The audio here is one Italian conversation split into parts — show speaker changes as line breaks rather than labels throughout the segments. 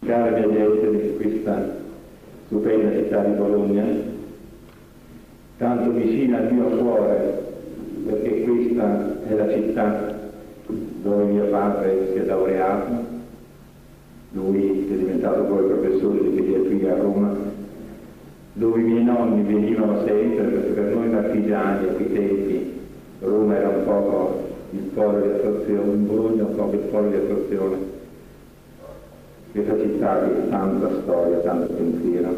Cari miei gente di questa stupenda città di Bologna, tanto vicina al mio cuore, perché questa è la città dove mio padre si è laureato, lui è diventato poi professore di pediatria a Roma, dove i miei nonni venivano sempre, perché per noi marchigiani a quei tempi Roma era un po' il polo di attrazione, in Bologna un po' il polo di attrazione. Questa città che ha tanta storia, tanto pensiero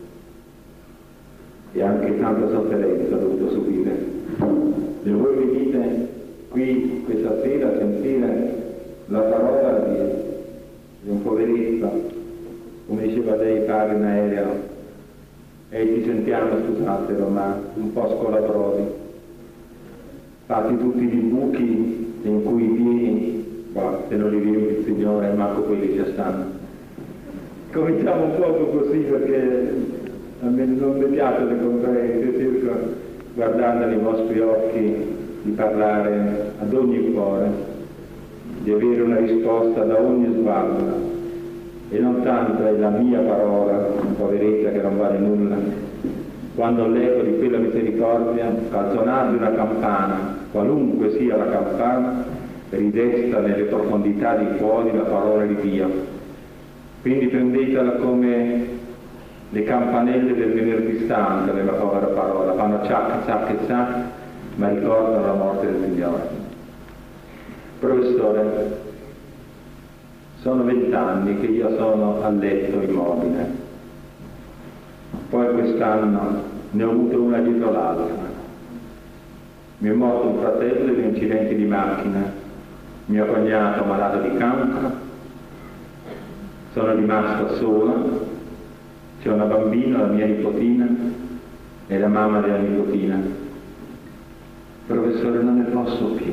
e anche tanta sofferenza ha dovuto subire. E voi venite qui questa sera a sentire la parola di un poveretto, come diceva lei, padre in aereo, e ci sentiamo, scusatelo, ma un po' scolabrodi, fatti tutti i buchi in cui i piedi, se non li riempie il Signore, manco quelli ci stanno. Cominciamo un poco così perché a me non mi piace le conferenze, cerco, guardando nei vostri occhi, di parlare ad ogni cuore, di avere una risposta da ogni sguardo, e non tanto è la mia parola, poveretta che non vale nulla, quando l'eco di quella misericordia, al suonare di una campana, qualunque sia la campana, ridesta nelle profondità dei cuori la parola di Dio. Quindi prendetela come le campanelle del venerdì santo, nella povera parola, fanno ciac, ciac e ciac, ma ricordano la morte del Signore. Professore, sono 20 anni che io sono a letto immobile, poi quest'anno ne ho avuto una dietro l'altra. Mi è morto un fratello in un incidente di macchina, mio cognato malato di cancro, sono rimasta sola, c'è una bambina, la mia nipotina, e la mamma della nipotina. Professore, non ne posso più.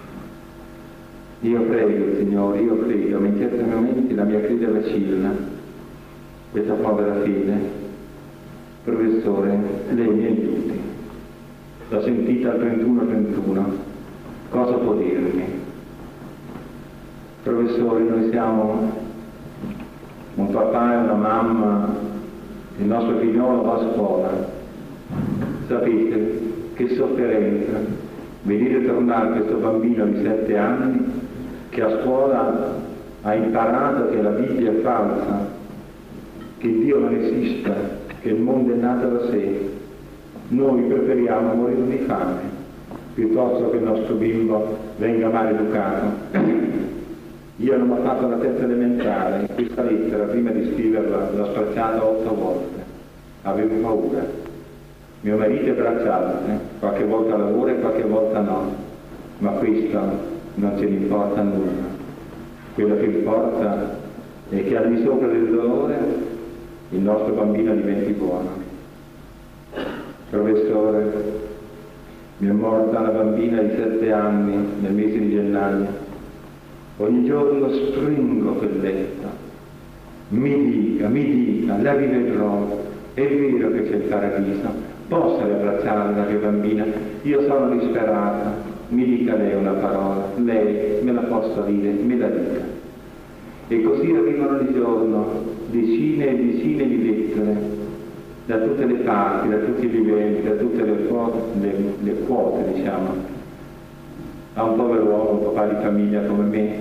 Io prego, Signore, io credo, ma in certi momenti la mia fede vacilla, questa povera fede. Professore, lei mi aiuti. L'ho sentita al 31-31, cosa può dirmi? Professore, noi siamo un papà e una mamma, il nostro figliolo va a scuola. Sapete che sofferenza vedere tornare questo bambino di 7 anni che a scuola ha imparato che la Bibbia è falsa, che Dio non esiste, che il mondo è nato da sé. Noi preferiamo morire di fame piuttosto che il nostro bimbo venga maleducato. Io non ho fatto la terza elementare, in questa lettera, prima di scriverla, l'ho stracciata 8 volte. Avevo paura. Mio marito è bracciante, qualche volta lavora e qualche volta no, ma questo non ce ne importa nulla. Quello che importa è che al di sopra del dolore il nostro bambino diventi buono. Professore, mi è morta una bambina di 7 anni nel mese di gennaio. Ogni giorno stringo quel letto, mi dica, la rivedrò, è vero che c'è il paradiso, posso abbracciare la mia bambina, io sono disperata, mi dica lei una parola, lei me la posso dire, me la dica. E così arrivano di giorno decine e decine di lettere, da tutte le parti, da tutti i livelli, da tutte le quote, diciamo, a un povero uomo, un papà di famiglia come me,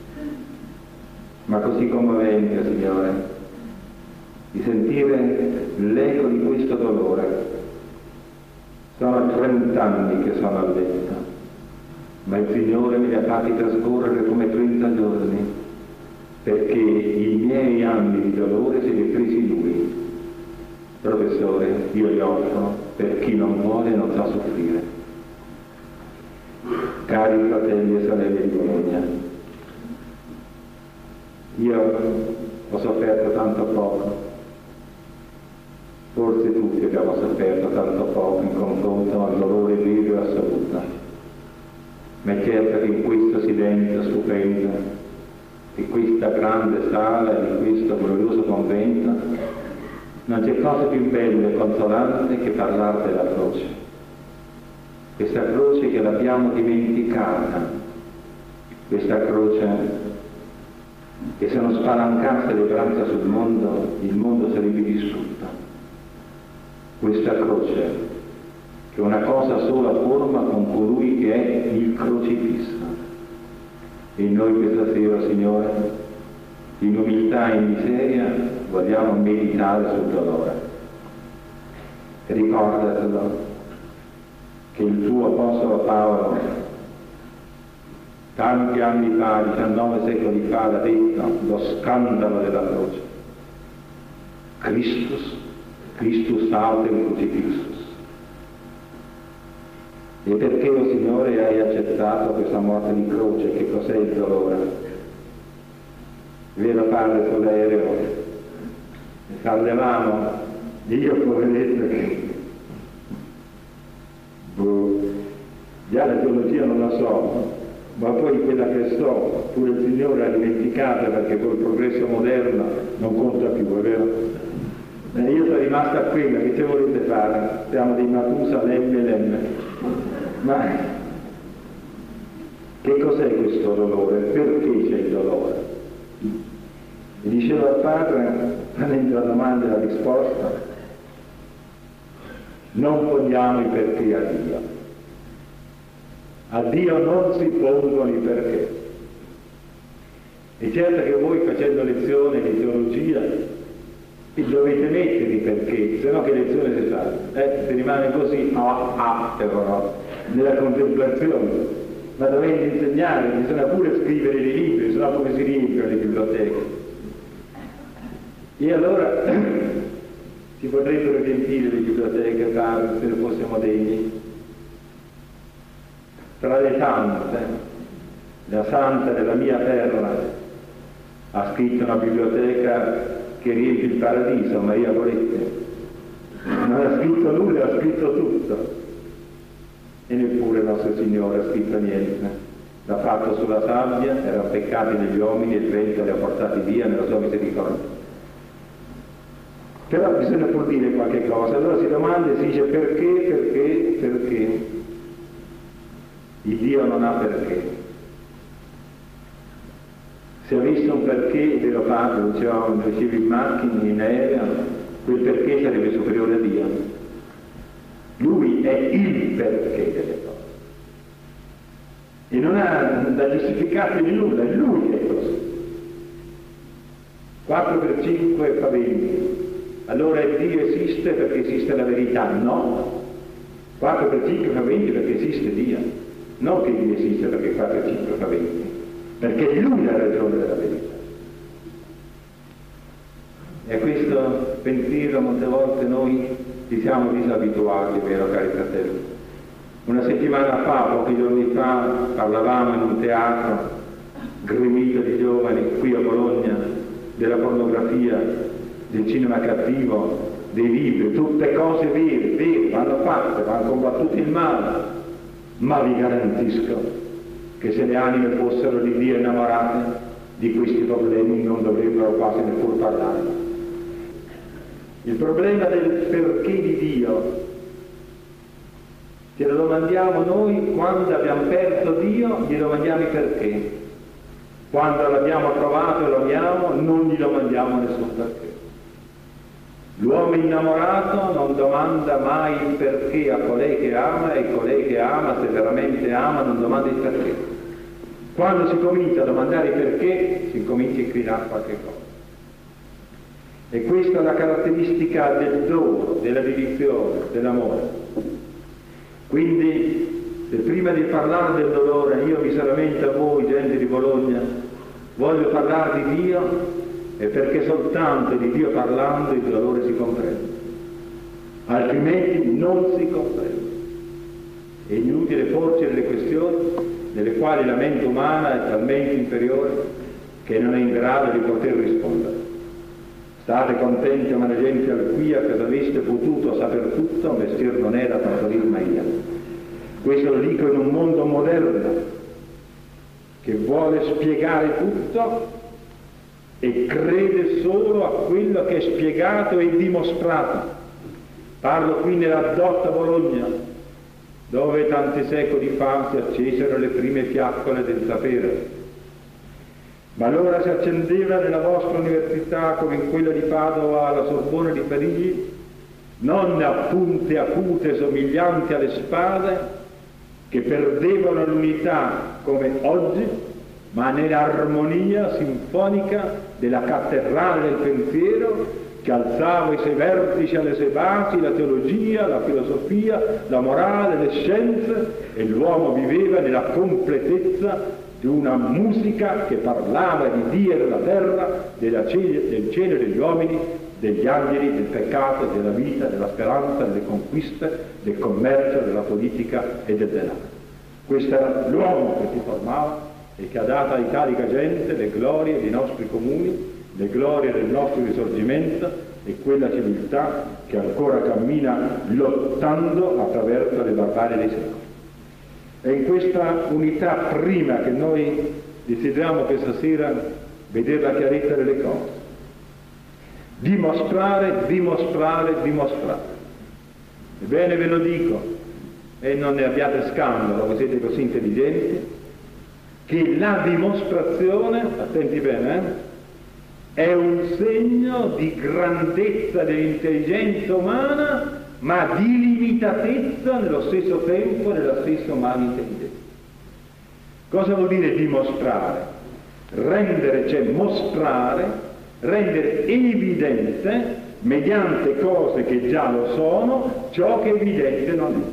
ma così commovente, Signore, di sentire l'eco di questo dolore. Sono 30 anni che sono a letto, ma il Signore me li ha fatti trascorrere come 30 giorni, perché i miei anni di dolore se li ha presi Lui. Professore, io li offro per chi non vuole e non sa soffrire. Cari fratelli e sorelle di Bologna, io ho sofferto tanto poco, forse tutti abbiamo sofferto tanto poco in confronto al dolore vero e assoluto, ma è certo che in questo silenzio stupendo, di questa grande sala e di questo glorioso convento, non c'è cosa più bella e consolante che parlare della croce. Questa croce che l'abbiamo dimenticata, questa croce che se non spalancasse le braccia sul mondo, il mondo sarebbe distrutto. Questa croce, che una cosa sola forma con colui che è il crocifisso. E noi questa sera, Signore, in umiltà e in miseria, vogliamo meditare sul dolore. E ricordatelo che il tuo Apostolo Paolo, tanti anni fa, 19 secoli fa, l'ha detto, lo scandalo della croce. Christus autem crucifixus. E perché, o Signore, hai accettato questa morte di croce? Che cos'è il dolore? Vero Padre sull'aereo, parlavamo, io poveretto che già la teologia non la so, ma poi quella che so, pure il Signore ha dimenticato perché col progresso moderno non conta più, è vero? Io sono rimasta a quella, che ce volete fare? Siamo di Matusalemme. Ma che cos'è questo dolore? Perché c'è il dolore? Mi diceva il padre, prendendo la domanda e la risposta, non poniamo i perché a Dio. A Dio non si pongono i perché. E certo che voi, facendo lezione di teologia, dovete mettere i perché, se no che lezione si fa? Si rimane così, però, nella contemplazione. Ma dovete insegnare, bisogna pure scrivere dei libri, se no come si riempiono le biblioteche. E allora si potrebbero riempire le biblioteche, padre, se ne fossimo degni. Tra le tante, la santa della mia terra ha scritto una biblioteca che riempie il paradiso, Maria Goretti. Non ha scritto nulla, ha scritto tutto. E neppure il nostro Signore ha scritto niente. L'ha fatto sulla sabbia, erano peccati degli uomini e il vento li ha portati via nella sua misericordia. Però bisogna pur dire qualche cosa. Allora si domanda e si dice perché? Il Dio non ha perché. Se avesse un perché, vero padre, lo dicevo in macchina, in aereo, quel perché sarebbe superiore a Dio. Lui è il perché delle cose. E non ha da giustificarsi di nulla, è lui che è così. 4 per 5 fa 20. Allora Dio esiste perché esiste la verità? No. 4 per 5 fa 20 perché esiste Dio. Non che Dio esiste perché 4 per 5 fa 20. Perché è lui la ragione della verità. E a questo pensiero molte volte noi ci siamo disabituati, vero cari fratelli? Una settimana fa, pochi giorni fa, parlavamo in un teatro gremito di giovani qui a Bologna della pornografia, del cinema cattivo, dei libri, tutte cose vere, vanno fatte, vanno combattute il male, ma vi garantisco che se le anime fossero di Dio innamorate, di questi problemi non dovrebbero quasi neppure parlare. Il problema del perché di Dio ce lo domandiamo noi quando abbiamo perso Dio, gli domandiamo il perché. Quando l'abbiamo trovato e lo amiamo, non gli domandiamo nessun perché. L'uomo innamorato non domanda mai il perché a colei che ama, e colei che ama, se veramente ama, non domanda il perché. Quando si comincia a domandare il perché, si comincia a inclinare qualche cosa. E questa è la caratteristica del dono, della dedizione, dell'amore. Quindi, se prima di parlare del dolore, io miseramente a voi, gente di Bologna, voglio parlare di Dio, è perché soltanto di Dio parlando il dolore si comprende. Altrimenti non si comprende. È inutile porci delle questioni nelle quali la mente umana è talmente inferiore che non è in grado di poter rispondere. State contenti, ma la gente qui, che se aveste potuto saper tutto, mestiere non era partorire Maria. Questo lo dico in un mondo moderno che vuole spiegare tutto e crede solo a quello che è spiegato e dimostrato. Parlo qui nella dotta Bologna, dove tanti secoli fa si accesero le prime fiaccole del sapere. Ma allora si accendeva nella vostra università, come in quella di Padova, alla Sorbona di Parigi, non a punte acute somiglianti alle spade, che perdevano l'unità come oggi, ma nell'armonia sinfonica della cattedrale del pensiero, che alzava i suoi vertici alle sue basi, la teologia, la filosofia, la morale, le scienze, e l'uomo viveva nella completezza di una musica che parlava di Dio e della terra, del cielo e degli uomini, degli angeli, del peccato, della vita, della speranza, delle conquiste, del commercio, della politica e del denaro. Questo era l'uomo che si formava e che ha dato all'italica gente le glorie dei nostri comuni, le glorie del nostro risorgimento e quella civiltà che ancora cammina lottando attraverso le barbarie dei secoli. È in questa unità prima che noi desideriamo questa sera vedere la chiarezza delle cose. Dimostrare, dimostrare, dimostrare. Ebbene ve lo dico, e non ne abbiate scandalo, voi siete così intelligenti, che la dimostrazione, attenti bene, è un segno di grandezza dell'intelligenza umana, ma di limitatezza nello stesso tempo nella stessa umana intelligenza. Cosa vuol dire dimostrare? Rendere, cioè mostrare, rendere evidente, mediante cose che già lo sono, ciò che evidente non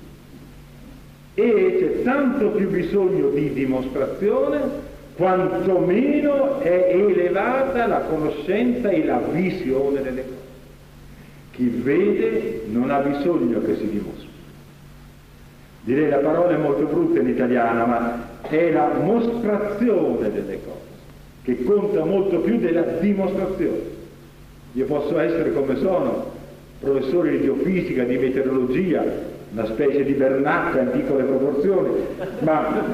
è. E c'è tanto più bisogno di dimostrazione quanto meno è elevata la conoscenza e la visione delle cose. Chi vede non ha bisogno che si dimostri. Direi la parola è molto brutta in italiano, ma è la mostrazione delle cose che conta molto più della dimostrazione. Io posso essere come sono, professore di geofisica, di meteorologia, una specie di Bernacca in piccole proporzioni, ma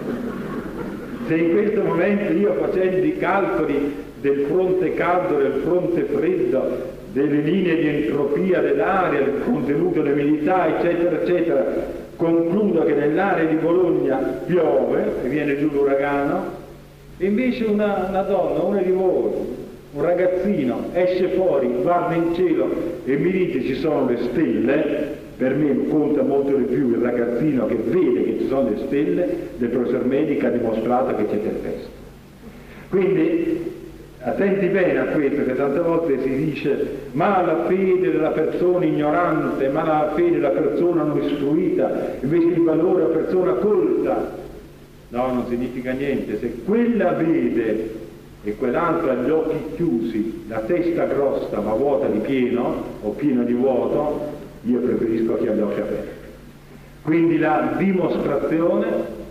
se in questo momento io, facendo i calcoli del fronte caldo, del fronte freddo, delle linee di entropia dell'aria, del contenuto dell'umidità, eccetera, eccetera, concludo che nell'area di Bologna piove e viene giù l'uragano, e invece una donna, una di voi, un ragazzino, esce fuori, guarda in cielo e mi dice ci sono le stelle, per me conta molto di più il ragazzino che vede che ci sono le stelle del professor Medica ha dimostrato che c'è tempesta. Quindi attenti bene a questo, che tante volte si dice ma la fede della persona ignorante, ma la fede della persona non istruita, invece il valore della persona colta. No, non significa niente. Se quella vede e quell'altra ha gli occhi chiusi, la testa grossa ma vuota di pieno o pieno di vuoto, io preferisco chi ha gli occhi aperti. Quindi la dimostrazione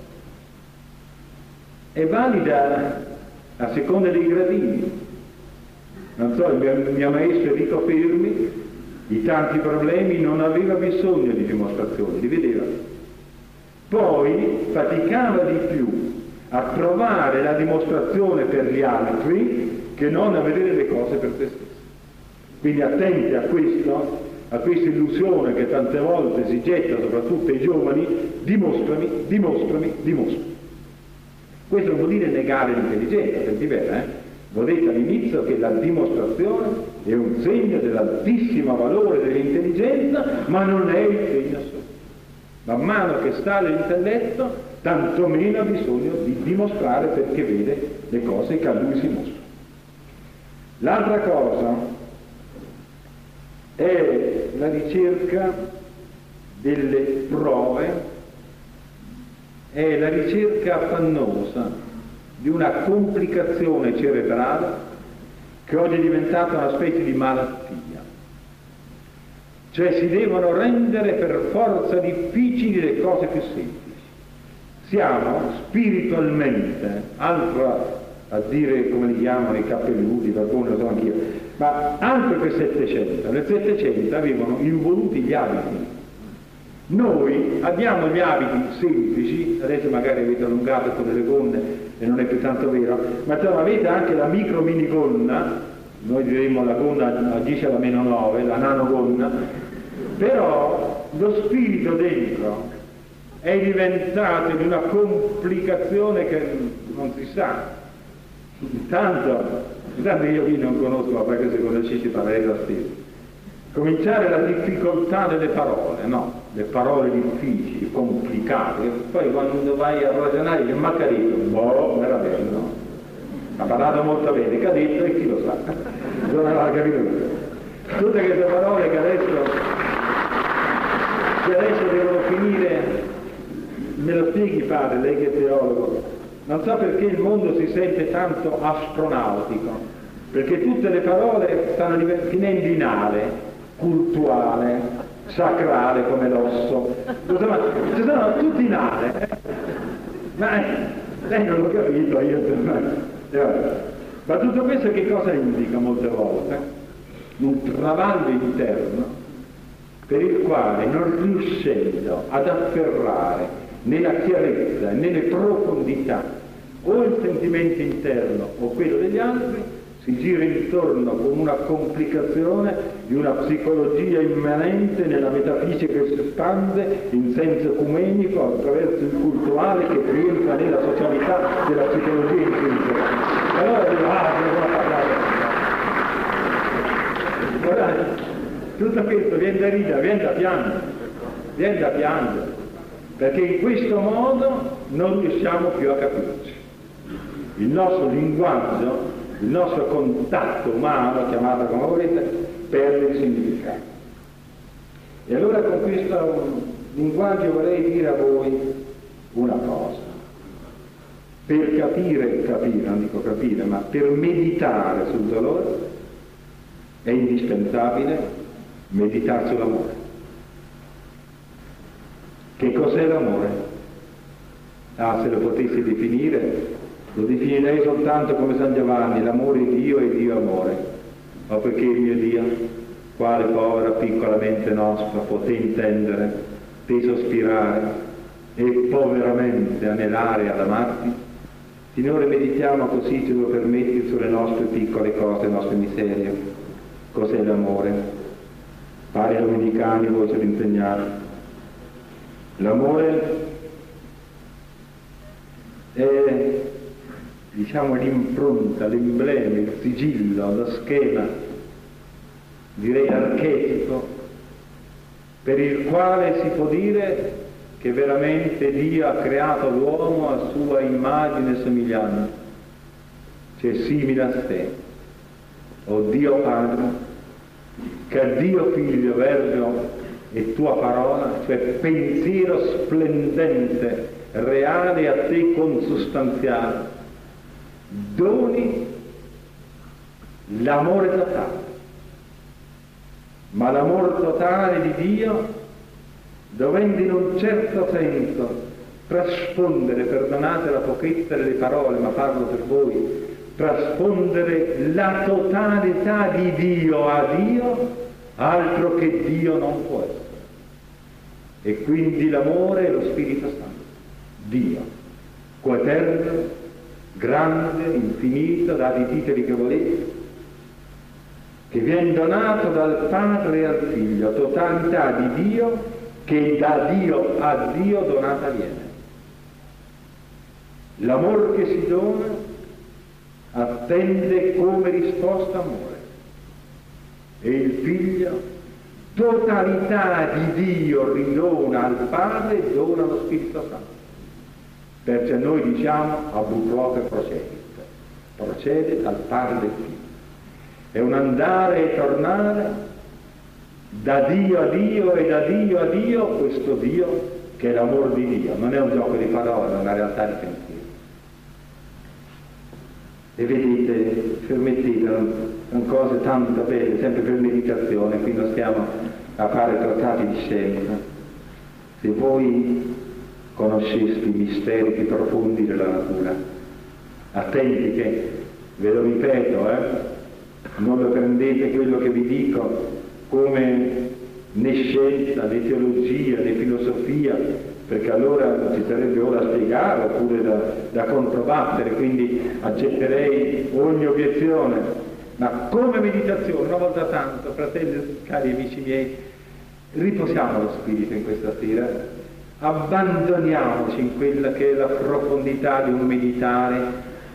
è valida a seconda dei gradini. Non so, il mio maestro Enrico Fermi di tanti problemi non aveva bisogno di dimostrazioni, li vedeva. Poi faticava di più a trovare la dimostrazione per gli altri che non a vedere le cose per se stessi. Quindi attenti a questo, a questa illusione che tante volte si getta soprattutto ai giovani: dimostrami, dimostrami, dimostrami. Questo non vuol dire negare l'intelligenza, senti bene, Ho detto all'inizio che la dimostrazione è un segno dell'altissimo valore dell'intelligenza, ma non è il segno assoluto. Man mano che sta l'intelletto, tanto meno ha bisogno di dimostrare, perché vede le cose che a lui si mostrano. L'altra cosa è la ricerca delle prove, è la ricerca affannosa di una complicazione cerebrale che oggi è diventata una specie di malattia. Cioè si devono rendere per forza difficili le cose più semplici. Siamo spiritualmente, altro a dire come li chiamano i cappelluti, qualcuno lo so anch'io, ma anche per 700, nel 700 avevano involuti gli abiti. Noi abbiamo gli abiti semplici, adesso magari avete allungato con delle gonne e non è più tanto vero, ma avete anche la micro minigonna, noi diremmo la gonna a 10 alla meno 9, la nanogonna, però lo spirito dentro è diventato di una complicazione che non si sa. Intanto io qui non conosco, ma perché se conoscessi parlerei la stessa. Cominciare la difficoltà delle parole, no? Le parole difficili, complicate, e poi quando vai a ragionare dici, ma che ha detto? Boh, era bello, no? Ha parlato molto bene, che ha detto e chi lo sa? Non aveva capito nulla. Tutte queste parole che adesso devono finire, me lo spieghi padre, lei che è teologo, non so perché il mondo si sente tanto astronautico, perché tutte le parole stanno finendo in ale, cultuale, sacrale come l'osso, insomma, ci sono tutti in ale, ma lei non l'ho capito, ma tutto questo che cosa indica molte volte? Un travaglio interno per il quale, non riuscendo ad afferrare nella chiarezza e nelle profondità o il sentimento interno o quello degli altri, si gira intorno con una complicazione di una psicologia immanente nella metafisica che si espande in senso ecumenico attraverso il culturale che rientra nella socialità della psicologia intrinseca. Allora devo parlare. Guardate, tutto questo viene da ridere, viene da piangere, perché in questo modo non riusciamo più a capirci. Il nostro linguaggio, il nostro contatto umano, chiamato come volete, perde il significato. E allora con questo linguaggio vorrei dire a voi una cosa. Per capire, non dico capire, ma per meditare sul dolore è indispensabile meditare sull'amore. Che cos'è l'amore? Se lo potessi definire, lo definirei soltanto come San Giovanni, l'amore di Dio e Dio amore. Ma perché il mio Dio, quale povera piccola mente nostra, poté intendere, te sospirare e poveramente anelare ad amarti? Signore, meditiamo così, ce lo permetti, sulle nostre piccole cose, le nostre miserie. Cos'è l'amore? Pari domenicani voi ce lo insegnate. L'amore è, diciamo, l'impronta, l'emblema, il sigillo, lo schema, direi archetipo, per il quale si può dire che veramente Dio ha creato l'uomo a sua immagine e somiglianza, cioè simile a sé, o Dio Padre, che a Dio Figlio, Verbo e tua parola, cioè pensiero splendente, reale a te consustanziale, doni l'amore totale. Ma l'amore totale di Dio, dovendo in un certo senso traspondere, perdonate la pochezza delle parole, ma parlo per voi, traspondere la totalità di Dio a Dio, altro che Dio non può essere. E quindi l'amore è lo Spirito Santo, Dio, coeterno, grande, infinito, date i titoli che volete, che viene donato dal Padre e al Figlio, totalità di Dio che da Dio a Dio donata viene. L'amor che si dona attende come risposta amore, e il Figlio totalità di Dio ridona al Padre e dona lo Spirito Santo. Perciò noi diciamo Abut Ruach procede dal Padre del Figlio. È un andare e tornare da Dio a Dio e da Dio a Dio, questo Dio che è l'amore di Dio, non è un gioco di parole, è una realtà di pensiero. E vedete, permettete, sono cose tanto belle, sempre per meditazione, qui non stiamo a fare trattati di scienza. Se voi conosceste i misteri più profondi della natura, attenti che, ve lo ripeto, non lo prendete quello che vi dico come né scienza, né teologia, né filosofia, perché allora ci sarebbe ora da spiegare oppure da controbattere, quindi accetterei ogni obiezione, ma come meditazione, una volta tanto, fratelli, cari amici miei, riposiamo lo spirito in questa sera, abbandoniamoci in quella che è la profondità di un meditare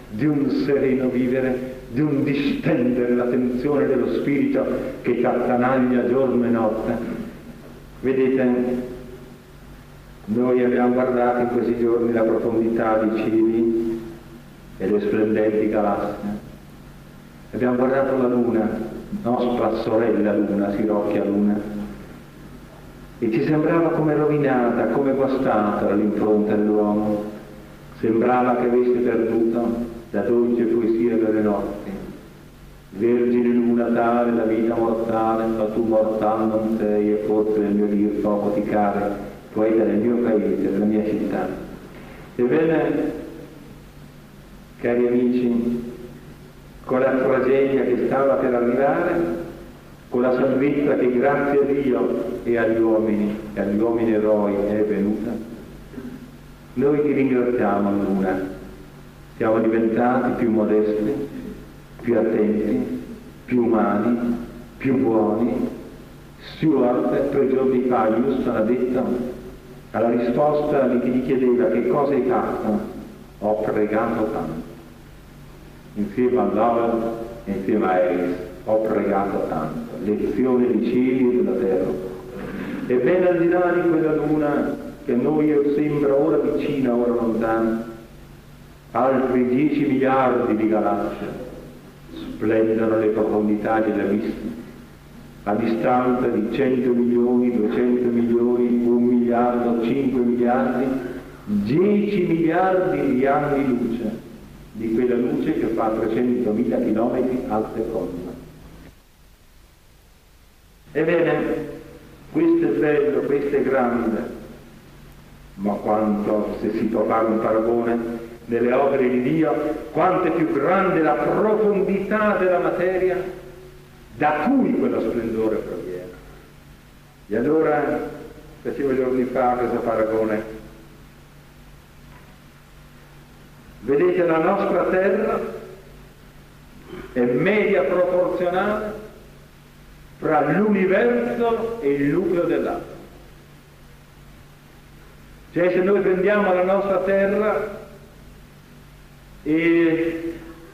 di un sereno vivere, di un distendere la tensione dello spirito che t'attanaglia giorno e notte. Vedete, noi abbiamo guardato in questi giorni la profondità dei cieli e le splendenti galassie. Abbiamo guardato la luna, nostra sorella luna, Sirocchia luna, e ci sembrava come rovinata, come guastata dall'impronta dell'uomo. Sembrava che avesse perduto la dolce poesia delle notti. Vergine luna tale, la vita mortale, ma tu mortal non sei, e forse nel mio dir poco ti cade, poeta del mio paese, della mia città. Ebbene, cari amici, con la tragedia che stava per arrivare, con la salvezza che grazie a Dio e agli uomini eroi è venuta, noi ti ringraziamo, Luna. Siamo diventati più modesti, più attenti, più umani, più buoni. Stuart 3 giorni fa, Houston ha detto, alla risposta di chi gli chiedeva che cosa hai fatto, ho pregato tanto. Insieme a Lowell e insieme a Harris, ho pregato tanto. Lezione dei cieli e della terra. Ebbene, al di là di quella luna che a noi sembra ora vicina, ora lontana, altri 10 miliardi di galassie splendono le profondità dell'abisso, a distanza di 100 milioni, 200 milioni, 1 miliardo, 5 miliardi, 10 miliardi di anni luce, di quella luce che fa 300.000 chilometri al secondo. Ebbene, questo è bello, questo è grande, ma quanto, se si può fare un paragone nelle opere di Dio, quanto è più grande la profondità della materia da cui quello splendore proviene. E allora, facevo giorni fa questo paragone. Vedete, la nostra terra è media proporzionale fra l'universo e il nucleo dell'atomo. Cioè, se noi prendiamo la nostra terra e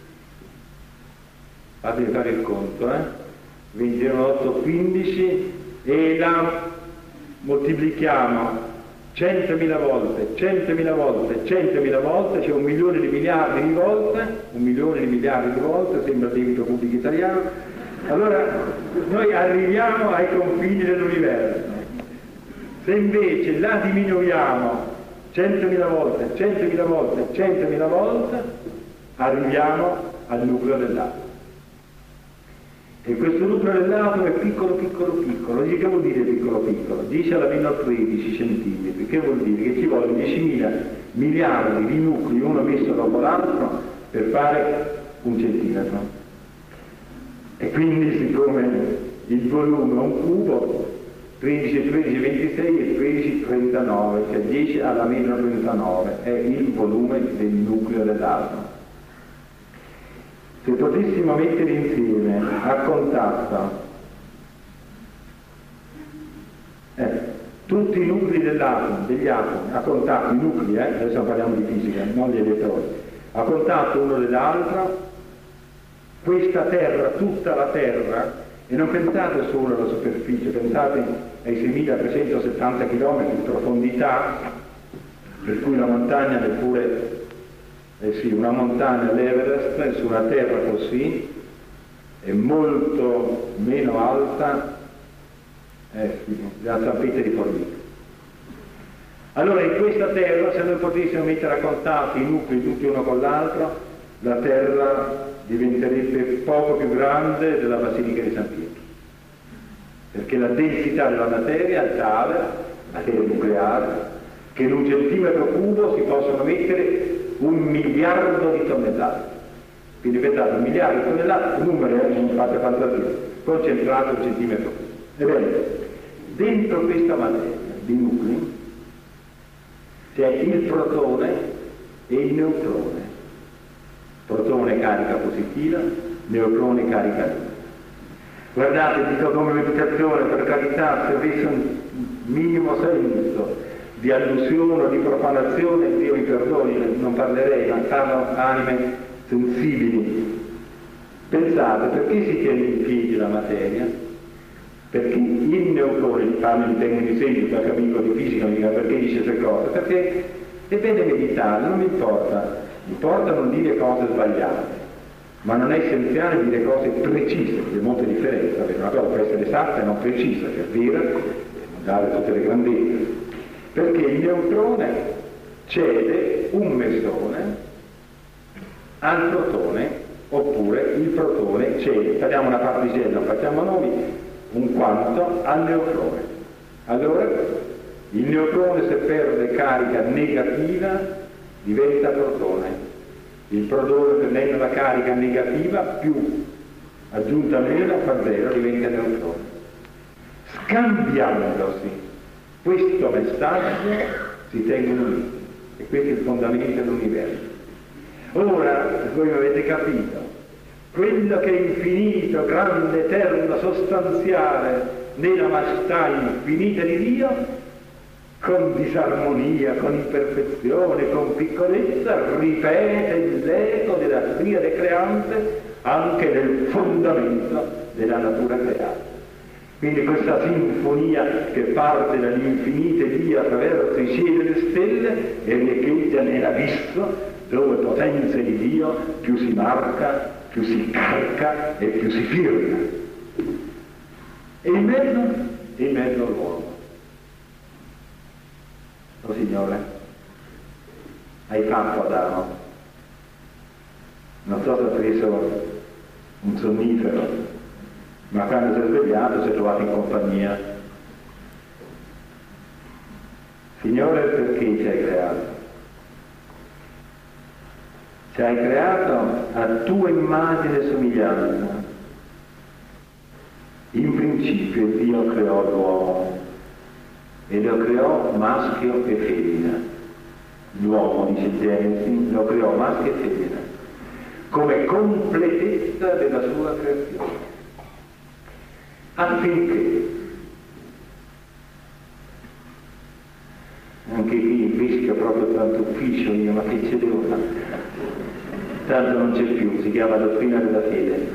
fate fare il conto, 28, 15, e la moltiplichiamo 100.000 volte, 100.000 volte, 100.000 volte, cioè 1 milione di miliardi di volte, 1 milione di miliardi di volte, sembra il debito pubblico italiano. Allora noi arriviamo ai confini dell'universo. Se invece la diminuiamo 100.000 volte, 100.000 volte, 100.000 volte, arriviamo al nucleo dell'atomo. E questo nucleo dell'atomo è piccolo, piccolo, piccolo. Che vuol dire piccolo, piccolo? 10 alla meno 13 centimetri. Che vuol dire? Che ci vogliono 10.000 miliardi di nuclei, uno messo dopo l'altro, per fare 1 centimetro. E quindi, siccome il volume è un cubo, 13, 13, 26 e 13, 39, cioè 10 alla meno 39 è il volume del nucleo dell'atomo. Se potessimo mettere insieme a contatto tutti i nuclei dell'atomo, degli atomi, a contatto, i nuclei, adesso parliamo di fisica, non gli elettroni, a contatto uno dell'altro, questa terra, tutta la terra, e non pensate solo alla superficie, pensate ai 6.370 km di profondità, per cui una montagna neppure, una montagna all'Everest su una terra così è molto meno alta della zampetta di formica. Allora, in questa terra, se noi potessimo mettere a contatto i nuclei tutti uno con l'altro, la terra diventerebbe poco più grande della Basilica di San Pietro, perché la densità della materia è tale, materia nucleare, che in 1 centimetro cubo si possono mettere 1 miliardo di tonnellate. Quindi pensate, 1 miliardo di tonnellate, un numero, non fate fantasia, concentrato 1 centimetro cubo. Ebbene, dentro questa materia di nuclei c'è il protone e il neutrone. Protone carica positiva, neutrone carica negativa. Guardate, dico come meditazione, per carità, se avesse un minimo senso di allusione o di profanazione, Dio mi perdoni, non parlerei, ma caro anime, sensibili. Pensate, perché si tiene in piedi la materia? Perché il neutrone, parlo in termini semplici, qualche amico di fisica mi dica perché dice queste cose? Perché dipende meditare, non mi importa non dire cose sbagliate, ma non è essenziale dire cose precise, c'è molta differenza, perché una cosa può essere esatta e non precisa, cioè vera, e non dare tutte le grandezze. Perché il neutrone cede un mesone al protone, oppure il protone cede, tagliamo una particella, facciamo noi, un quanto al neutrone. Allora, il neutrone se perde carica negativa diventa protone. Il protone prendendo la carica negativa più aggiunta meno fa zero, diventa neutrone. Scambiandosi questo messaggio si tengono uniti. E questo è il fondamento dell'universo. Ora, voi avete capito, quello che è infinito, grande, eterno, sostanziale, nella maestà infinita di Dio, con disarmonia, con imperfezione, con piccolezza, ripete l'eco della triade creante anche nel fondamento della natura creata. Quindi questa sinfonia che parte dall'infinito Dio attraverso i cieli e le stelle e riecheggia nell'abisso, dove potenza di Dio più si marca, più si calca e più si firma. E in mezzo l'uomo. Oh Signore, hai fatto Adamo. Non so se ha preso un sonnifero, ma quando si è svegliato si è trovato in compagnia. Signore, perché ci hai creato? Ci hai creato a tua immagine e somiglianza. In principio Dio creò l'uomo e lo creò maschio e femmina. L'uomo, dice Genesi, lo creò maschio e femmina, come completezza della sua creazione, affinché, anche qui rischio proprio tanto ufficio io, ma che ce devo fare? Tanto non c'è più, si chiama dottrina della fede.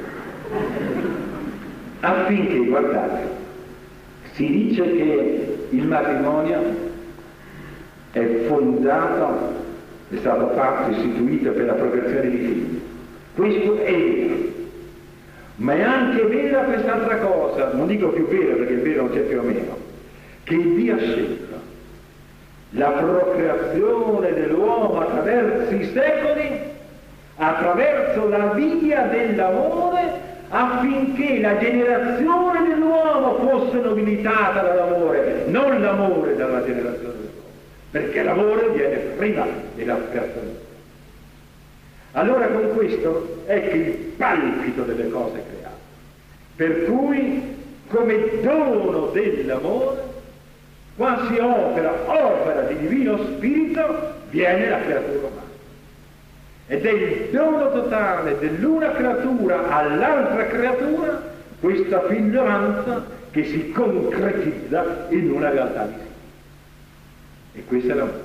Affinché, guardate, si dice che il matrimonio è fondato, è stato fatto, istituito per la procreazione di figli. Questo è vero. Ma è anche vera quest'altra cosa, non dico più vera perché il vero non c'è più o meno, che Dio ha scelto la procreazione dell'uomo attraverso i secoli, attraverso la via dell'amore, affinché la generazione dell'uomo fosse nobilitata dall'amore, non l'amore dalla generazione dell'uomo, perché l'amore viene prima della creazione. Allora con questo è che il palpito delle cose create, per cui come dono dell'amore, quasi opera di divino spirito, viene la creatura umana. Ed è il dono totale dell'una creatura all'altra creatura, questa figliolanza che si concretizza in una realtà di sé. E questo è l'amore.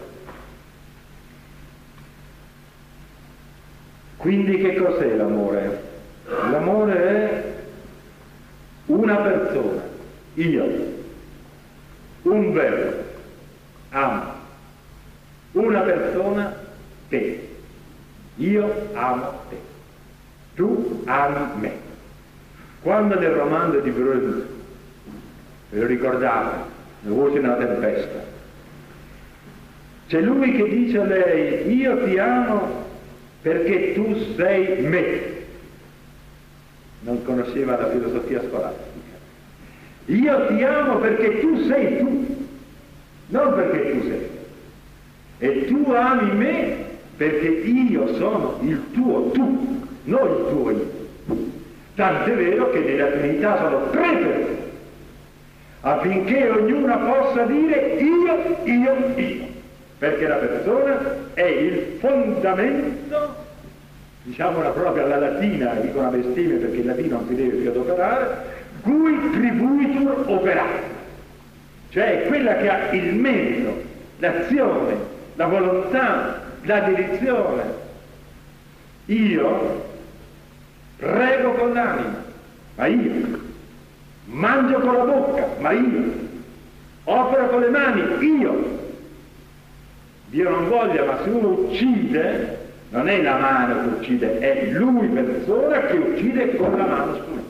Quindi che cos'è l'amore? L'amore è una persona, io, un verbo, amo, una persona, te. Io amo te, tu ami me. Quando nel romanzo di Bruegel, ve lo ricordate, La voce nella tempesta, c'è lui che dice a lei: io ti amo perché tu sei me. Non conosceva la filosofia scolastica. Io ti amo perché tu sei tu, non perché tu sei. E tu ami me perché io sono il tuo tu, non il tuo io. Tant'è vero che nella Trinità sono tre persone, affinché ognuna possa dire io, perché la persona è il fondamento, diciamola proprio alla latina, dico una bestemmia perché il latino non si deve più adoperare, cui tribuitur operare, cioè quella che ha il merito, l'azione, la volontà, la direzione io prego con l'anima, ma io mangio con la bocca, ma io opero con le mani, io. Dio non voglia, ma se uno uccide, non è la mano che uccide, è lui persona che uccide con la mano strumento.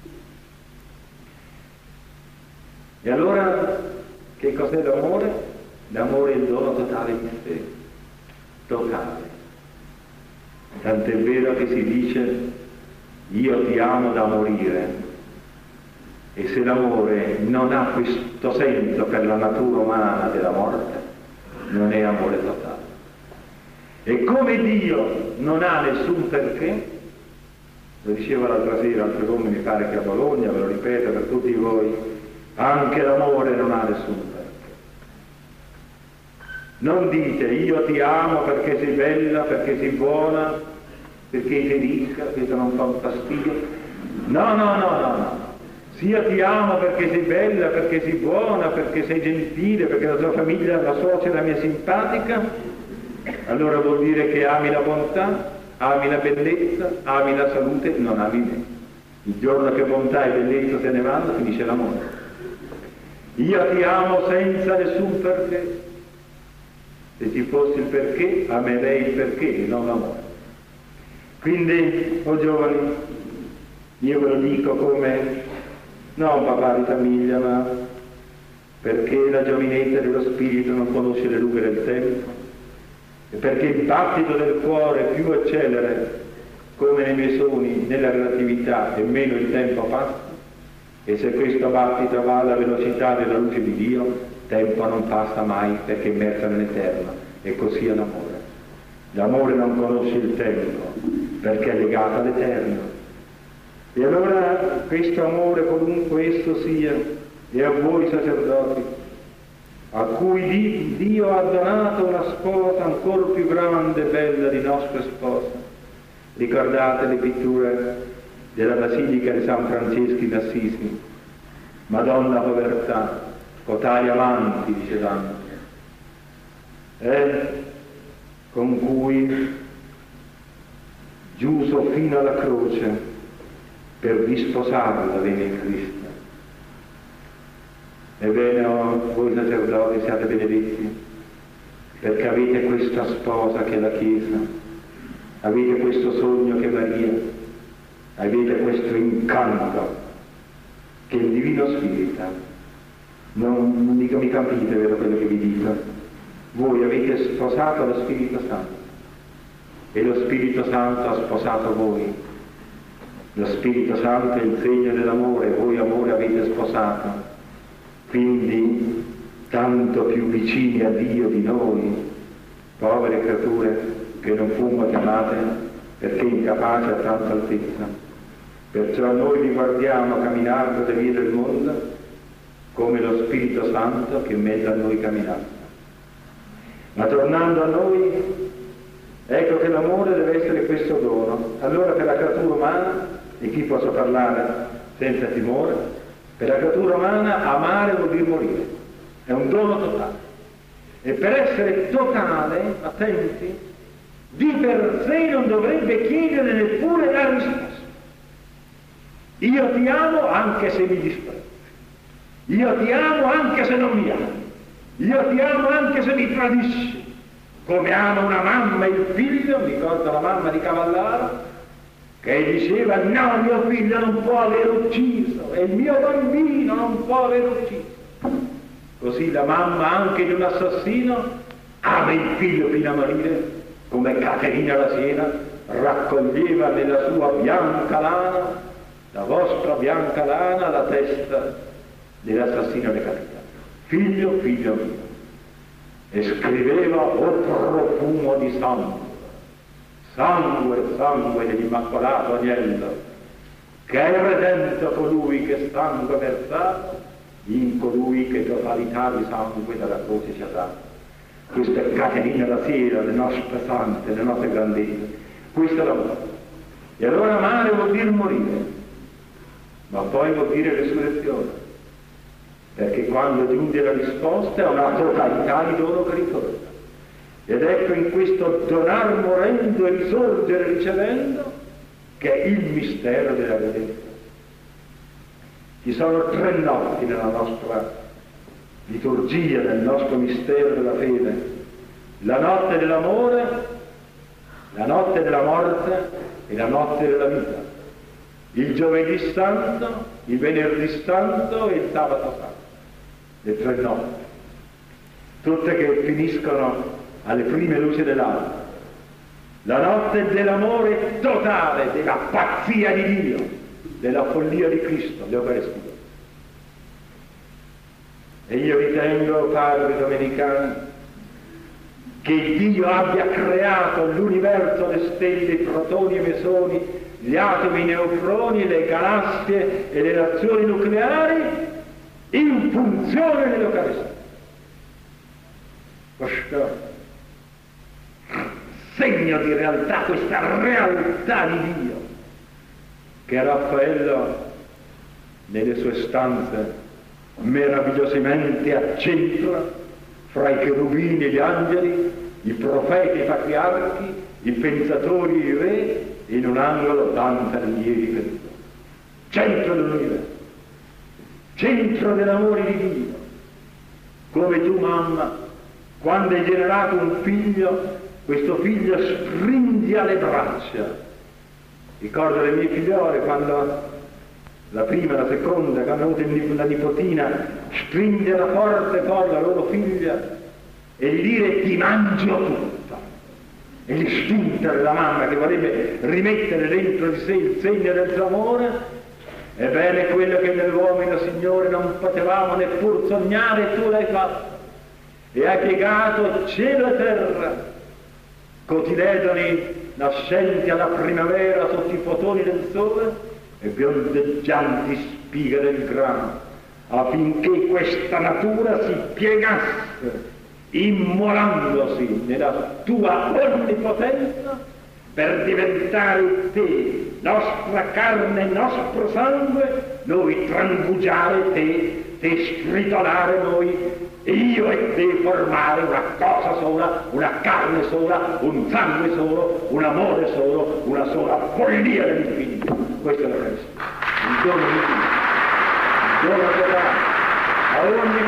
E allora che cos'è l'amore? L'amore è il dono totale di sé, totale. Tant'è vero che si dice io ti amo da morire. E se l'amore non ha questo senso per la natura umana della morte, non è amore totale. E come Dio non ha nessun perché, lo diceva l'altra sera al secondo, mi pare che a Bologna, ve lo ripeto per tutti voi, anche l'amore non ha nessun perché. Non dite io ti amo perché sei bella, perché sei buona, perché sei ferisca, questo non fa un fastidio. No. Sia ti amo perché sei bella, perché sei buona, perché sei gentile, perché la tua famiglia, la suocera mi è simpatica, allora vuol dire che ami la bontà, ami la bellezza, ami la salute, non ami me. Il giorno che bontà e bellezza se ne vanno, finisce l'amore. Io ti amo senza nessun perché. Se ci fosse il perché, amerei il perché e non l'amore. Quindi, giovani, io ve lo dico come non papà di famiglia, ma perché la giovinezza dello spirito non conosce le rughe del tempo, e perché il battito del cuore più accelera, come nei miei sogni, nella relatività, e meno il tempo passa, e se questo battito va alla velocità della luce di Dio, tempo non passa mai perché è immerso nell'eterno, e così è l'amore. L'amore non conosce il tempo perché è legato all'eterno. E allora questo amore, qualunque esso sia, e a voi sacerdoti, a cui Dio ha donato una sposa ancora più grande e bella di nostra sposa. Ricordate le pitture della Basilica di San Francesco d'Assisi, Madonna povertà, cotali amanti, dice Dante, con cui giuso fino alla croce per risposarla venne in Cristo. Ebbene, voi sacerdoti siate benedetti, perché avete questa sposa che è la Chiesa, avete questo sogno che è Maria, avete questo incanto che è il Divino Spirito. Non dico mi capite, vero quello che vi dico? Voi avete sposato lo Spirito Santo e lo Spirito Santo ha sposato voi. Lo Spirito Santo è il segno dell'amore, voi amore avete sposato. Quindi tanto più vicini a Dio di noi, povere creature che non fummo chiamate perché incapaci a tanta altezza. Perciò noi vi guardiamo camminare per le vie del mondo come lo Spirito Santo che in mezzo a noi camminava. Ma tornando a noi, ecco che l'amore deve essere questo dono. Allora per la creatura umana, di chi posso parlare senza timore, per la creatura umana amare vuol dire morire, è un dono totale. E per essere totale, attenti, di per sé non dovrebbe chiedere neppure la risposta. Io ti amo anche se mi disprezzi, io ti amo anche se non mi ami, io ti amo anche se mi tradisci, come ama una mamma il figlio. Mi ricordo la mamma di Cavallaro che diceva no, mio figlio non può aver ucciso, e il mio bambino non può aver ucciso. Così la mamma anche di un assassino ama il figlio fino a morire, come Caterina la Siena raccoglieva nella sua bianca lana, la vostra bianca lana, la testa dell'assassino decapitato. Figlio, figlio mio. E scriveva o profumo di sangue, sangue dell'immacolato agnello, che è redento colui che sangue versato in colui che totalità di sangue dalla croce ci ha dato. Questa è Caterina la Siena, le nostre sante, le nostre grandezze. Questo è l'amore. E allora amare vuol dire morire, ma poi vuol dire resurrezione, perché quando giunge la risposta è una totalità di dono che ritorna. Ed ecco in questo donar morendo e risorgere ricevendo, che è il mistero della redenzione. Ci sono 3 notti nella nostra liturgia, nel nostro mistero della fede: la notte dell'amore, la notte della morte e la notte della vita. Il giovedì santo, il venerdì santo e il sabato santo. Le 3 notti, tutte che finiscono alle prime luci dell'alba. La notte dell'amore totale, della pazzia di Dio, della follia di Cristo, l'Eucaristia. E io ritengo, padri domenicani, che Dio abbia creato l'universo, le stelle, i protoni e i mesoni, gli atomi, i neutroni, le galassie e le reazioni nucleari in funzione dell'Eucaristia. Questo segno di realtà, questa realtà di Dio che Raffaello nelle sue stanze meravigliosamente accentra fra i cherubini e gli angeli, i profeti e i patriarchi, i pensatori e i re, in un angolo Dante Alighieri pensatori. Centro dell'universo, centro dell'amore di Dio. Come tu, mamma, quando hai generato un figlio, questo figlio stringi alle braccia. Ricordo le mie figliole quando la prima e la seconda, quando hanno avuto la nipotina, stringere forte poi la loro figlia e gli dire ti mangio tutto. E l'istinto della mamma che vorrebbe rimettere dentro di sé il segno del suo amore, ebbene quello che nell'uomo, Signore, non potevamo neppur sognare, tu l'hai fatto. E hai piegato cielo e terra, cotiledoni nascenti alla primavera sotto i fotoni del sole e biondeggianti spighe del grano, affinché questa natura si piegasse, immolandosi nella tua onnipotenza per diventare te, nostra carne e nostro sangue, noi trangugiare te stritolare noi, io e te formare una cosa sola, una carne sola, un sangue solo, un amore solo, una sola follia dell'infinito. Questo è l'Eucaristia, il dono di Dio, il dono che dà a ogni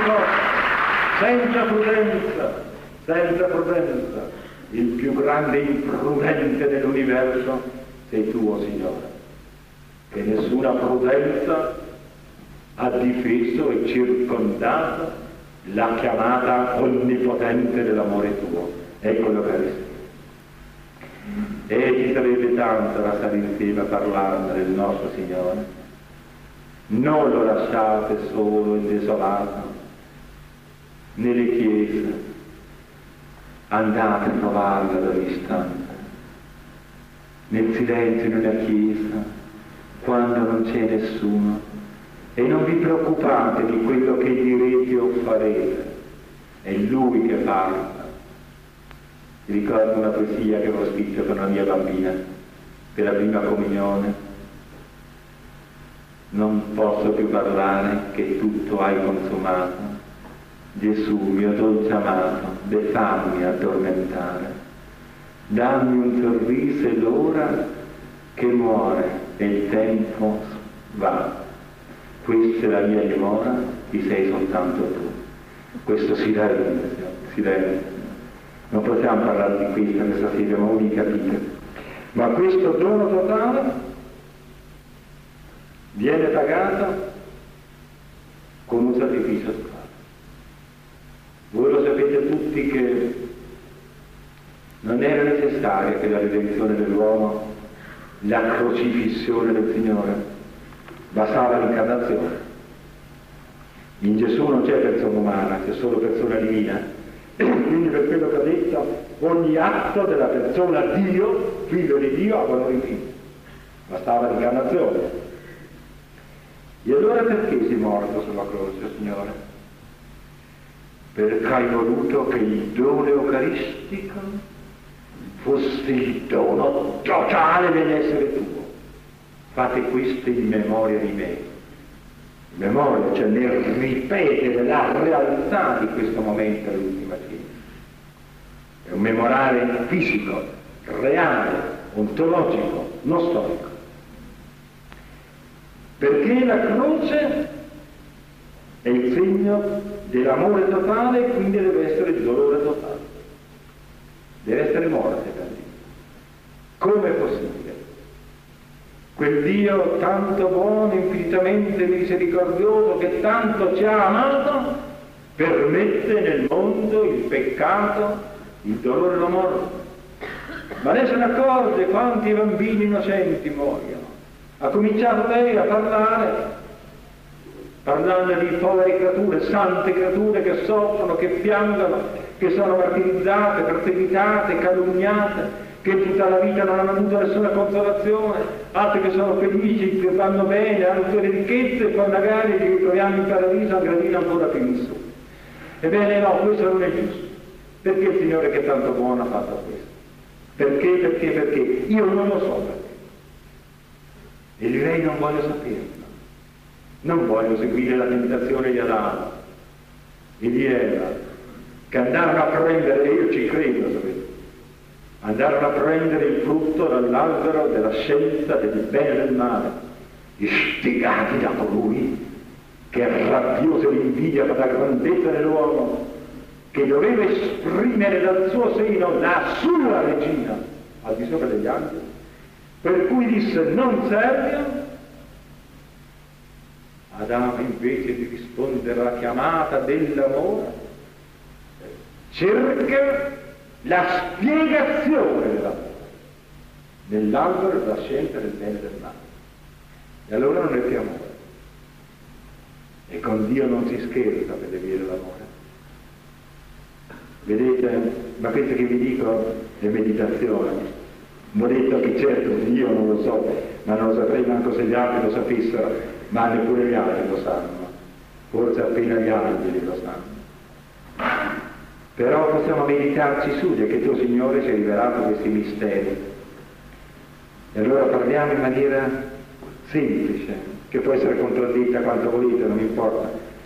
cosa, senza prudenza, il più grande imprudente dell'universo sei tu, oh Signore, che nessuna prudenza ha difeso e circondato la chiamata onnipotente dell'amore tuo. Ecco l'Eucaristia. E ci sarebbe tanto da stare insieme a parlarne del nostro Signore. Non lo lasciate solo e desolato nelle chiese, andate a trovarlo dall'istante, nel silenzio di una chiesa, quando non c'è nessuno, e non vi preoccupate di quello che direte o farete, è Lui che parla. Mi ricordo una poesia che avevo scritto per una mia bambina, per la prima comunione: non posso più parlare che tutto hai consumato, Gesù mio dolce amato, fammi addormentare, dammi un sorriso e l'ora che muore e il tempo va. Questa è la mia dimora, chi sei soltanto tu. Questo silenzio. Non possiamo parlare di questo questa sera, ma voi capite. Ma questo dono totale viene pagato con un sacrificio totale. Voi lo sapete tutti che non era necessaria per la redenzione dell'uomo la crocifissione del Signore. Bastava l'incarnazione. In Gesù non c'è persona umana, c'è solo persona divina. Quindi per quello che ho detto, ogni atto della persona Dio, figlio di Dio, ha valore infinito. Bastava l'incarnazione. E allora perché sei morto sulla croce, Signore? Perché hai voluto che il dono eucaristico fosse il dono totale dell'essere tuo. Fate questo in memoria di me. In memoria, cioè nel ripetere la realtà di questo momento dell'ultima cena. è un memoriale fisico, reale, ontologico, non storico. Perché la croce è il segno dell'amore totale e quindi deve essere il dolore totale. Deve essere morte per Dio. Come è possibile? Quel Dio tanto buono, infinitamente misericordioso, che tanto ci ha amato, permette nel mondo il peccato, il dolore e la morte. Ma lei se ne accorge quanti bambini innocenti muoiono. Ha cominciato lei a parlando di povere creature, sante creature che soffrono, che piangono, che sono martirizzate, perseguitate, calunniate, che in tutta la vita non hanno avuto nessuna consolazione, altri che sono felici, che vanno bene, hanno tutte le ricchezze e poi magari li ritroviamo in paradiso a un gradino ancora più in su. Ebbene no, questo non è giusto. Perché il Signore che è tanto buono ha fatto questo? Perché? Io non lo so perché. E direi non voglio saperlo. Non voglio seguire la tentazione di Adamo e di Eva, che andarono a prendere, e io ci credo, sapete, andarono a prendere il frutto dall'albero della scienza del bene e del male, istigati da colui che è rabbioso di invidia per la grandezza dell'uomo, che doveva esprimere dal suo seno la sua regina al di sopra degli angeli, per cui disse: non Servia. Adamo invece di rispondere alla chiamata dell'amore cerca la spiegazione dell'amore nell'albero della scienza del bene e del male, e allora non è più amore. E con Dio non si scherza per le vie dell'amore. Vedete, ma questo che vi dico è meditazione. Mi ho detto che certo Dio non lo so, ma non lo saprei manco se gli altri lo sapessero, ma neppure gli altri lo sanno, forse appena gli angeli lo sanno. Però possiamo meditarci su, che tuo Signore ci ha rivelato questi misteri. E allora parliamo in maniera semplice, che può essere contraddetta quanto volete, non importa.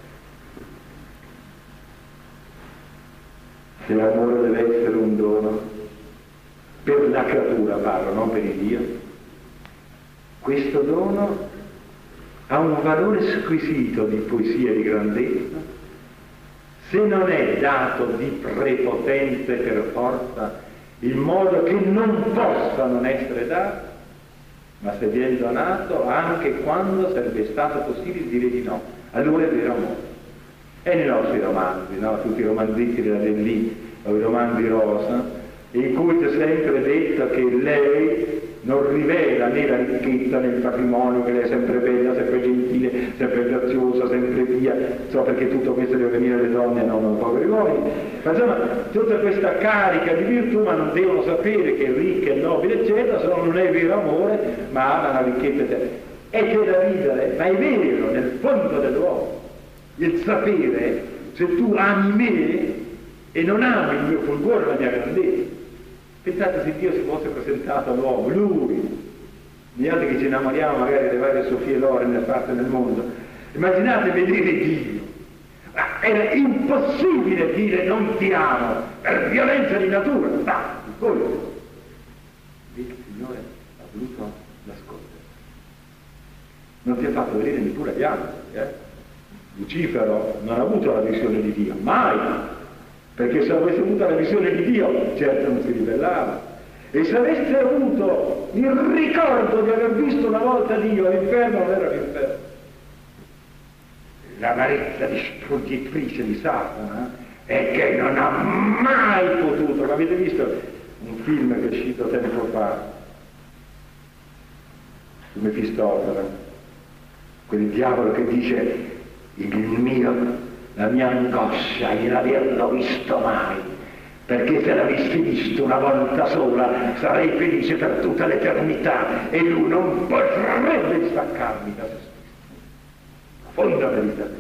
Se l'amore deve essere un dono, per la creatura parlo, non per il Dio, questo dono ha un valore squisito di poesia e di grandezza, se non è dato di prepotenza e per forza, in modo che non possa non essere dato, ma se viene donato anche quando sarebbe stato possibile dire di no, allora è vero amore. E nei nostri romanzi, no? Tutti i romanzisti della Dellì, o i romanzi rosa, in cui c'è sempre detto che lei non rivela né la ricchezza né il patrimonio, che lei è sempre bella, sempre gentile, sempre graziosa, sempre pia, so perché tutto questo deve venire alle donne e non ai poveri uomini, ma insomma tutta questa carica di virtù, ma non devono sapere che è ricca e nobile eccetera, se no non è vero amore, ma ha la ricchezza eccetera. E c'è da ridere, ma è vero nel fondo dell'uomo, il sapere, se tu ami me e non ami il mio fulgore, la mia grandezza. Pensate se Dio si fosse presentato all'uomo, lui, noi che ci innamoriamo magari delle varie Sofie Loren nel parte del mondo, immaginate vedere Dio. Era impossibile dire non ti amo, per violenza di natura, poi il Signore ha voluto nascondere. Non ti ha fatto vedere neppure agli altri, Lucifero non ha avuto la visione di Dio, mai! Perché se avesse avuto la visione di Dio, certo non si ribellava. E se avesse avuto il ricordo di aver visto una volta Dio all'inferno, non era l'inferno. L'amarezza distruggitrice di Satana è che non ha mai potuto. Avete visto un film che è uscito tempo fa su Mefistofele, quel diavolo che dice la mia angoscia è non averlo visto mai, perché se l'avessi visto una volta sola sarei felice per tutta l'eternità e lui non potrebbe distaccarmi da se stesso. Fonda meditazione.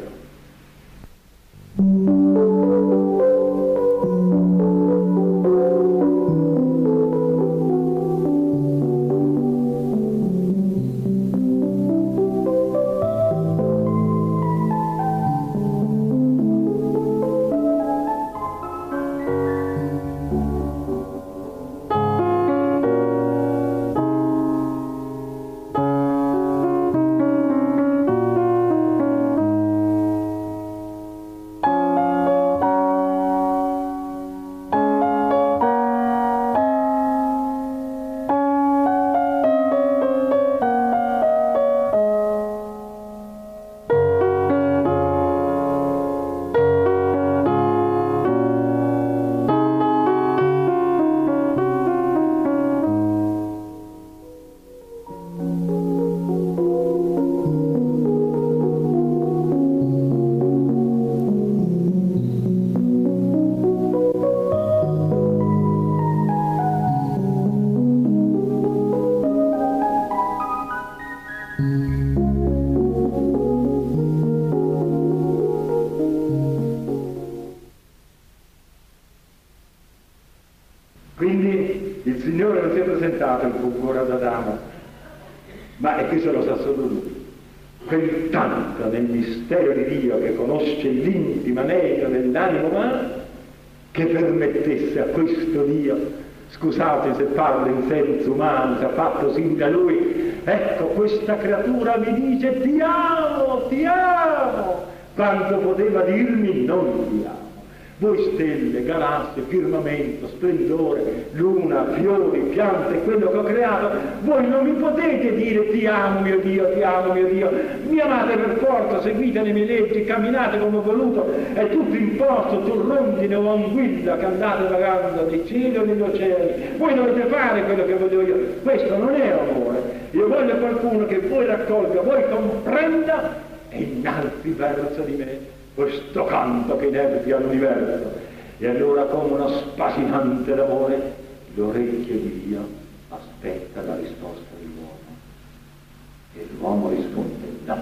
si è presentato il fulgore ad Adamo, ma è questo lo sa solo lui. Quel tanto nel mistero di Dio che conosce l'intima negra dell'animo umano, che permettesse a questo Dio, scusate se parlo in senso umano, si è fatto sin da lui, ecco questa creatura mi dice ti amo, quando poteva dirmi non ti amo. Voi stelle, galassie, firmamento, splendore, luna, fiori, piante, quello che ho creato, voi non mi potete dire ti amo mio Dio, ti amo mio Dio, mi amate per forza, seguite le mie leggi, camminate come ho voluto, è tutto imposto, tu rondine o anguilla che andate vagando nei cieli o negli oceani, voi dovete fare quello che voglio io, questo non è amore, io voglio qualcuno che voi raccolga, voi comprenda e innalzi verso di me questo canto che inerbia l'universo. E allora come uno spasinante d'amore l'orecchio di Dio aspetta la risposta dell'uomo e l'uomo risponde no.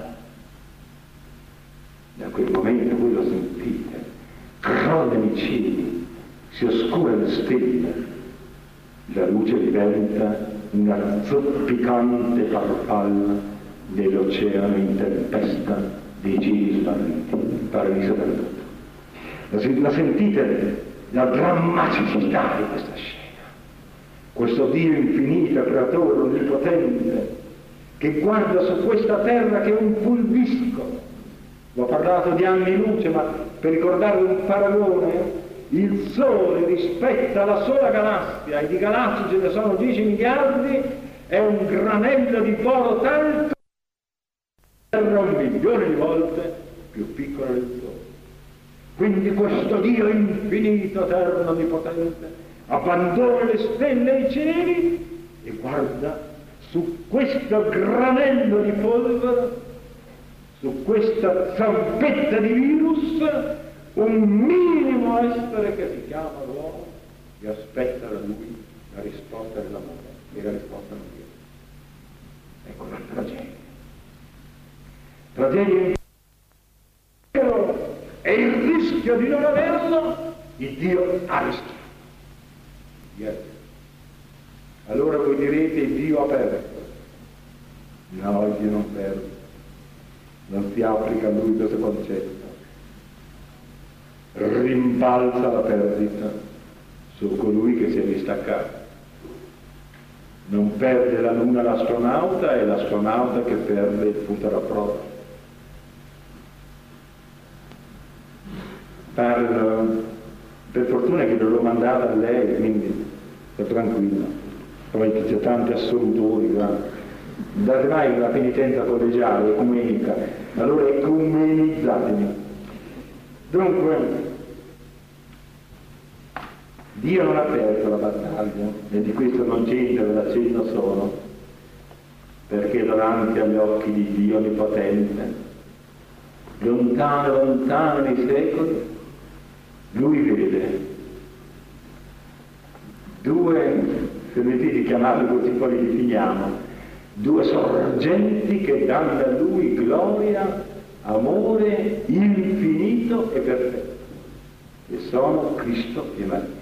Da quel momento voi lo sentite, crollano i cieli, si oscura le stelle, la luce diventa una zoppicante farfalla nell'oceano in tempesta dei cieli smarriti, il paradiso perduto. La sentite la drammaticità di questa scena, questo Dio infinito, creatore, onnipotente, che guarda su questa terra che è un pulviscolo. Ho parlato di anni luce, ma per ricordarvi un paragone, il Sole rispetto alla sola galassia, e di galassie ce ne sono 10 miliardi, è un granello di poro tanto terra 1 milione di volte più piccola del Sole. Quindi questo Dio infinito, eterno, onnipotente, abbandona le stelle e i cieli e guarda su questo granello di polvere, su questa zampetta di virus, un minimo essere che si chiama l'uomo e aspetta da lui la risposta dell'amore, e la risposta non viene. Ecco la tragedia. Tragedia e il rischio di non averlo, il Dio ha rischiato. Yes. Allora voi direte Dio ha perso. No, Dio non perde. Non si applica a lui questo concetto. Rimbalza la perdita su colui che si è distaccato. Non perde la luna l'astronauta, è l'astronauta che perde il punto d'approdo. Per fortuna che non l'ho mandata a lei, quindi sto tranquillo. Poi c'è tanti assolutori, date mai una penitenza collegiale, ecumenica, allora ecumenizzatemi. Dunque, Dio non ha perso la battaglia, e di questo non c'entra l'accenno solo, perché davanti agli occhi di Dio Onnipotente, lontano, lontano nei secoli, lui vede due, permettete di chiamarli così, poi li definiamo, due sorgenti che danno a lui gloria, amore infinito e perfetto, che sono Cristo e Maria.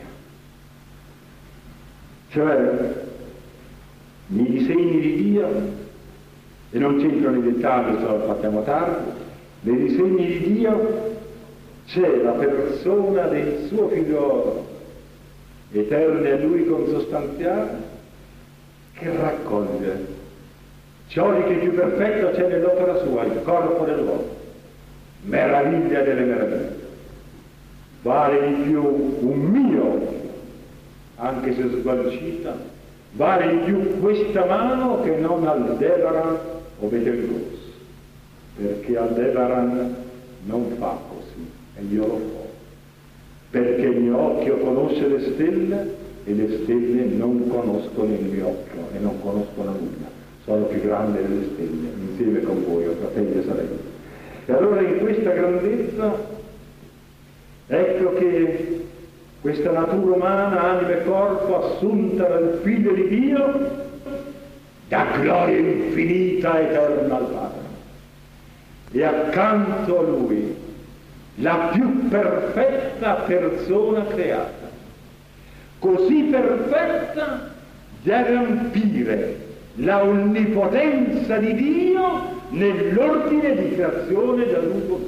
Cioè, nei disegni di Dio, e non c'entro nei dettagli, se lo facciamo tardi, nei disegni di Dio c'è la persona del suo figliolo, eterne a lui consostanziale, che raccoglie ciò di che più perfetto c'è nell'opera sua, il corpo dell'uomo, meraviglia delle meraviglie. Vale di più un mio, anche se sgualcita, vale di più questa mano che non Aldebaran o Betelgeuse, perché Aldebaran non fa così e io lo fa, perché il mio occhio conosce le stelle e le stelle non conoscono il mio occhio e non conoscono nulla, sono più grandi delle stelle insieme con voi, o fratelli e sorelle. E allora in questa grandezza ecco che questa natura umana, anima e corpo assunta dal Figlio di Dio dà gloria infinita e eterna al Padre, e accanto a lui la più perfetta persona creata, così perfetta garantire la onnipotenza di Dio nell'ordine di creazione dell'uomo.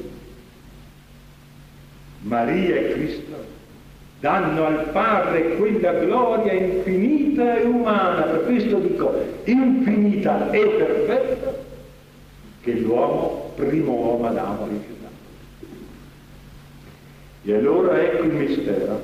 Maria e Cristo danno al Padre quella gloria infinita e umana, per questo dico infinita e perfetta, che l'uomo, primo uomo Adamo, ha rifiutato. E allora ecco il mistero,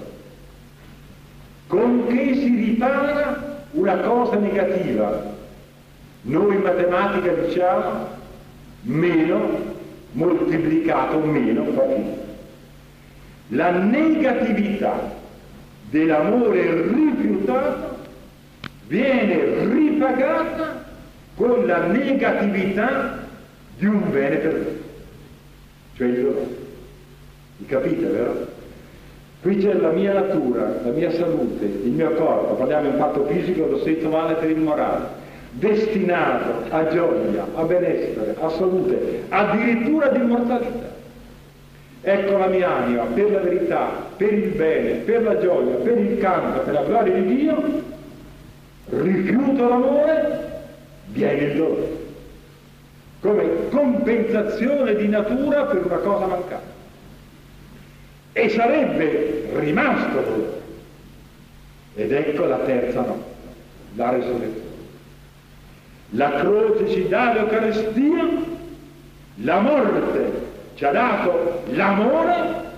con che si ripara una cosa negativa. Noi in matematica diciamo meno moltiplicato meno fa più. La negatività dell'amore rifiutato viene ripagata con la negatività di un bene perduto, cioè il dolore. Mi capite, vero? Qui c'è la mia natura, la mia salute, il mio corpo, parliamo in fatto fisico, lo stesso vale per il morale, destinato a gioia, a benessere, a salute, addirittura di immortalità. Ecco la mia anima, per la verità, per il bene, per la gioia, per il canto, per la gloria di Dio, rifiuto l'amore, viene il dolore, come compensazione di natura per una cosa mancata. E sarebbe rimasto dolore. Ed ecco la terza notte, la resurrezione. La croce ci dà l'Eucaristia, la morte ci ha dato l'amore,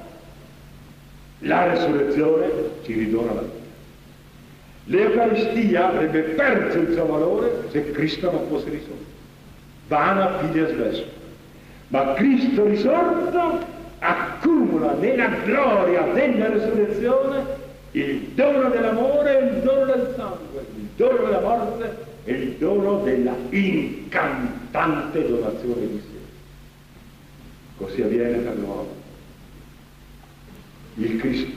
la resurrezione ci ridona la vita. L'Eucaristia avrebbe perso il suo valore se Cristo non fosse risorto. Vana fides vesper. Ma Cristo risorto accumula nella gloria della resurrezione il dono dell'amore e il dono del sangue, il dono della morte e il dono della incantante donazione di sé. Così avviene per l'uomo. Il Cristo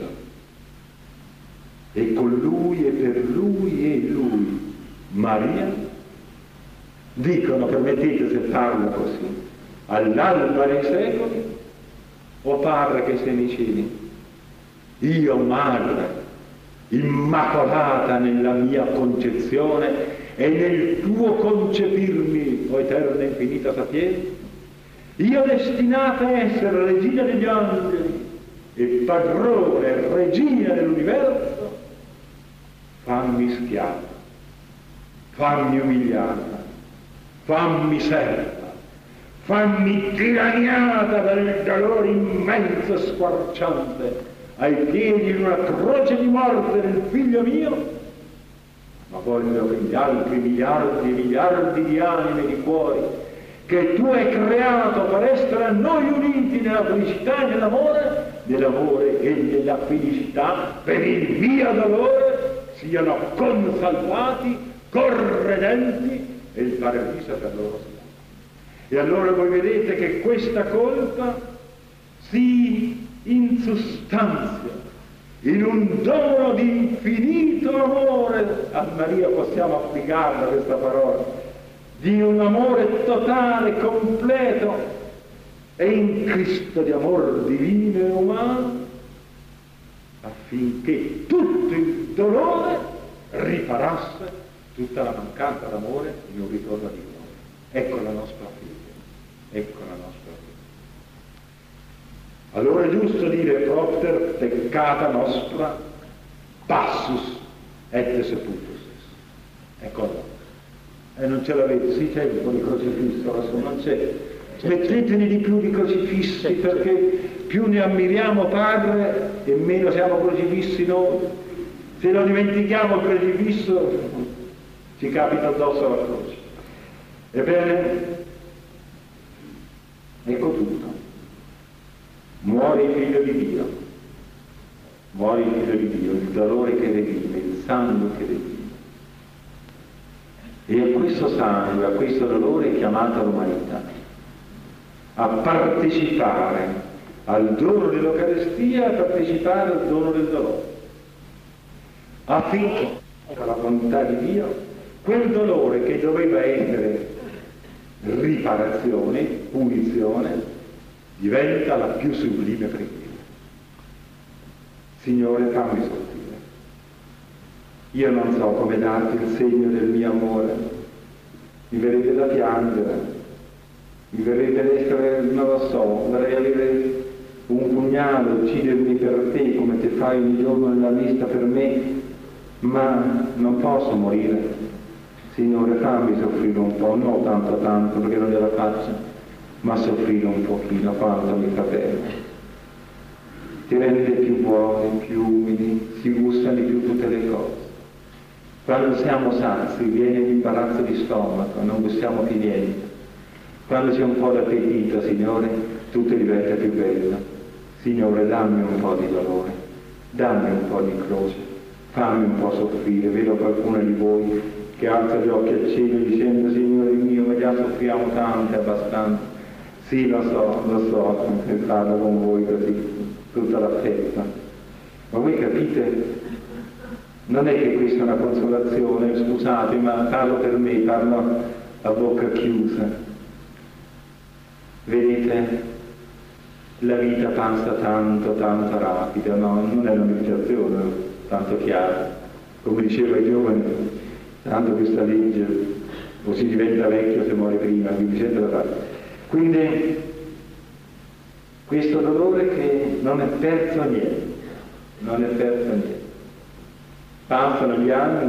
e con Lui e per Lui e Lui Maria dicono, permettete se parlo così, all'alba dei secoli: o Padre che sei nei cieli, io Madre, immacolata nella mia concezione e nel tuo concepirmi, o eterna e infinita sapienza, io destinata a essere regina degli angeli e padrone e regina dell'universo, fammi schiava, fammi umiliata, fammi serva, fammi tiraniata dal dolore immenso e squarciante ai piedi di una croce di morte del figlio mio, ma voglio che gli altri miliardi e miliardi di anime e di cuori che tu hai creato per essere a noi uniti nella felicità e nell'amore e nella felicità per il mio dolore, siano consalvati, corredenti e il paradiso per loro sia. E allora voi vedete che questa colpa si insostanzia in un dono di infinito amore. A Maria possiamo applicarla questa parola, di un amore totale, completo, e in Cristo di amor divino e umano, affinché tutto il dolore riparasse tutta la mancanza d'amore in un ritorno di amore. Ecco la nostra fede, ecco la nostra fede. Allora è giusto dire propter peccata nostra passus et sepultus. Ecco allora. E non ce l'avete, sì c'è un po' di crocifisso, adesso non c'è. Mettetene di più di crocifissi, perché più ne ammiriamo Padre e meno siamo crocifissi noi. Se non dimentichiamo il crocifisso ci capita addosso la croce. Ebbene, ecco tutto. Muore il figlio di Dio, muore il figlio di Dio, il dolore che redime, il sangue che redime. E a questo sangue, a questo dolore è chiamata l'umanità a partecipare al dono dell'Eucaristia, a partecipare al dono del dolore, affinché, con la volontà di Dio, quel dolore che doveva essere riparazione, punizione, diventa la più sublime preghiera. Signore, fammi soffrire.
io non so come darti il segno del mio amore, mi verrebbe da piangere, mi verrebbe da essere, non lo so, vorrei avere un pugnale, uccidermi per te come te fai ogni giorno nella messa per me, ma non posso morire. Signore, fammi soffrire un po', non tanto perché non gliela faccio, ma soffrire un pochino quanto mi fa bene. Ti rende più buoni, più umili, si gustano di più tutte le cose. Quando siamo sazi viene l'imbarazzo di stomaco, non gustiamo più niente. Quando c'è un po' d'appetito, Signore, tutto diventa più bello. Signore, dammi un po' di dolore, dammi un po' di croce, fammi un po' soffrire. Vedo qualcuno di voi che alza gli occhi al cielo dicendo: Signore mio, ma già soffriamo tanto, abbastanza. Sì, lo so, parlo con voi così, tutta l'affetta. Ma voi capite? Non è che questa è una consolazione, scusate, ma parlo per me, parlo a bocca chiusa. Vedete, la vita passa tanto rapida, no? Non è una meditazione tanto chiara. Come diceva i giovani, tanto questa legge, o si diventa vecchio se muore prima, quindi sempre da fare. Quindi questo dolore che non è perso niente, passano gli anni,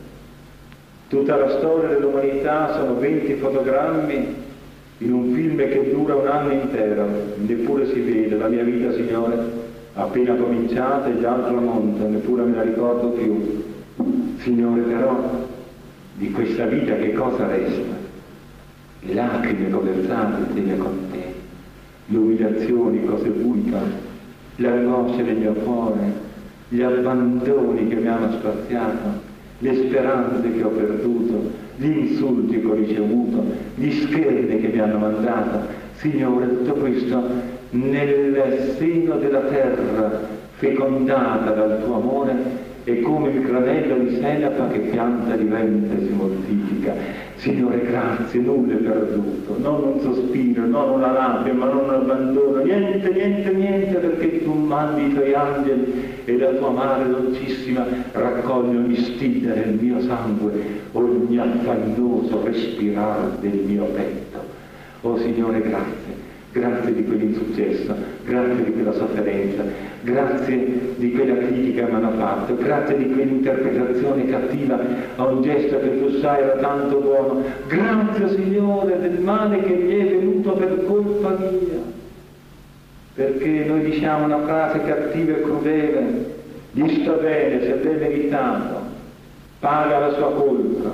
tutta la storia dell'umanità sono 20 fotogrammi in un film che dura un anno intero, neppure si vede. La mia vita, Signore, appena cominciata e già al tramonto, neppure me la ricordo più. Signore, però di questa vita che cosa resta? Le lacrime conversate insieme con te, le umiliazioni, cose buie, le angosce del mio cuore, gli abbandoni che mi hanno spaziato, le speranze che ho perduto, gli insulti che ho ricevuto, gli scherni che mi hanno mandato. Signore, tutto questo nel seno della terra fecondata dal tuo amore è come il granello di senape che pianta diventa e si moltiplica. Signore, grazie, nulla è perduto, non un sospiro, non una lacrima, non un abbandono, niente, perché tu mandi i tuoi angeli e la tua mare dolcissima raccoglie ogni stilla del mio sangue, ogni affannoso respirare del mio petto. Oh Signore, grazie di quell'insuccesso, grazie di quella sofferenza, grazie di quella critica che mi hanno fatto, grazie di quell'interpretazione cattiva a un gesto che tu sai era tanto buono, grazie Signore del male che mi è venuto per colpa mia, perché noi diciamo una frase cattiva e crudele: gli sta bene, se l'è meritato, paga la sua colpa.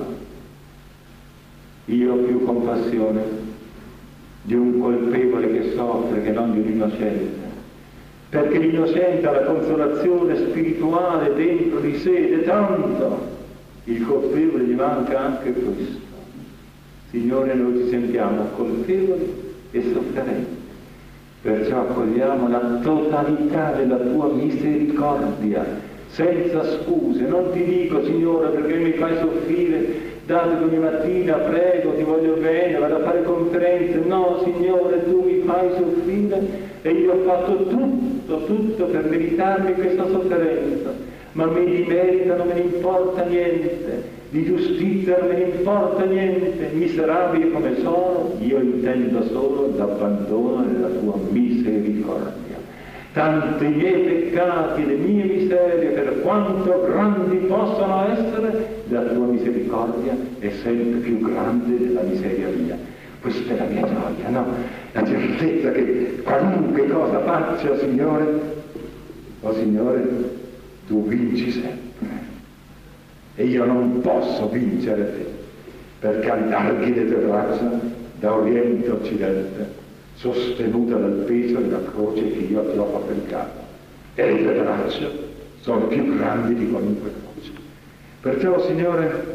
Io ho più compassione di un colpevole che soffre che non di un innocente, perché l'innocente ha la consolazione spirituale dentro di sé ed è tanto, il colpevole gli manca anche questo. Signore, noi ci sentiamo colpevoli e sofferenti, perciò accogliamo la totalità della tua misericordia senza scuse. Non ti dico, Signore, perché mi fai soffrire, dato che ogni mattina prego, ti voglio bene, vado a fare conferenze. No, Signore, tu mi fai soffrire e io ho fatto tutto per meritarmi questa sofferenza, ma me di merito non me ne importa niente, di giustizia non me ne importa niente, miserabile come sono, io intendo solo l'abbandono della tua misericordia. Tanto i miei peccati e le mie miserie, per quanto grandi possano essere, la tua misericordia è sempre più grande della miseria mia. Questa è la mia gioia, no? La certezza che qualunque cosa faccia, Signore, oh Signore, tu vinci sempre. E io non posso vincere te, perché allarghi le tue braccia da oriente a occidente, sostenuta dal peso della croce che io ti ho fabbricato, e le tue braccia sono più grandi di qualunque croce. Perciò, Signore,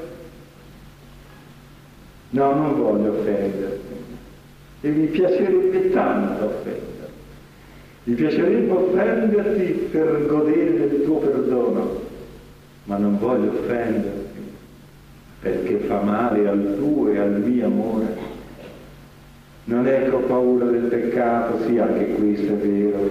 no, non voglio offenderti, e mi piacerebbe tanto offenderti, mi piacerebbe offenderti per godere del tuo perdono, ma non voglio offenderti perché fa male al tuo e al mio amore. Non è che ho paura del peccato, sì, anche questo è vero,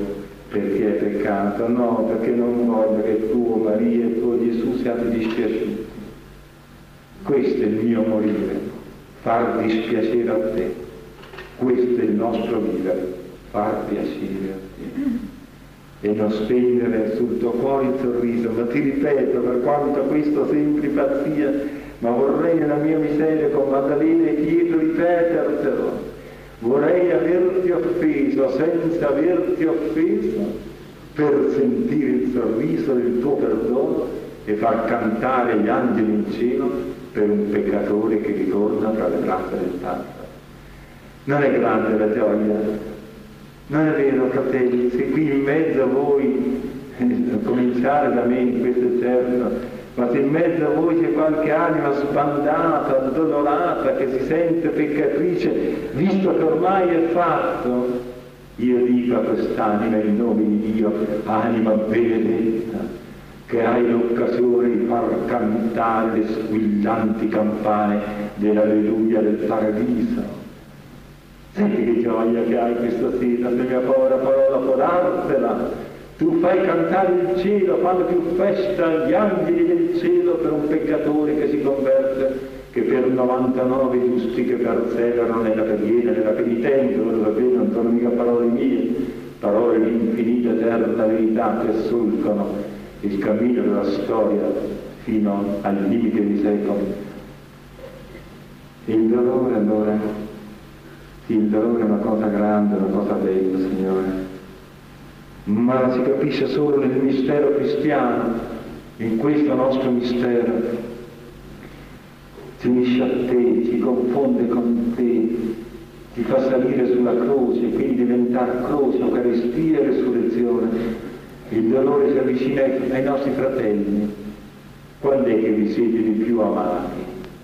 perché è peccato, no, perché non voglio che tuo Maria e tuo Gesù siate dispiaciuti. Questo è il mio morire, far dispiacere a te. Questo è il nostro vivere, far piacere a te. E non spegnere sul tuo cuore il sorriso, ma ti ripeto, per quanto questo sembri pazzia, ma vorrei nella mia miseria con Maddalena e Pietro ripetertelo. Vorrei averti offeso senza averti offeso per sentire il sorriso del tuo perdono e far cantare gli angeli in cielo per un peccatore che ritorna tra le braccia del Padre. Non è grande la gioia? Non è vero, fratelli? Se qui in mezzo a voi, cominciare da me in questo certo, ma se in mezzo a voi c'è qualche anima sbandata, addolorata, che si sente peccatrice, visto che ormai è fatto, io dico a quest'anima in nome di Dio, anima benedetta, che hai l'occasione di far cantare le squillanti campane dell'alleluia del paradiso. Senti che gioia che hai questa sera, se mia povera parola può dartela. Tu fai cantare il cielo, fanno più festa gli angeli del cielo per un peccatore che si converte, che per 99 giusti che perseverano nella preghiera, nella penitenza. Lo sapete, non sono mica parole mie, parole di infinita eterna verità che solcano il cammino della storia fino al limite dei secoli. E il dolore allora? Il dolore è una cosa grande, una cosa bella, Signore, ma la si capisce solo nel mistero cristiano, in questo nostro mistero. Si unisce a te, si confonde con te, ti fa salire sulla croce, quindi diventare croce, Eucaristia e resurrezione. Il dolore si avvicina ai nostri fratelli. Quando è che vi siete di più amati?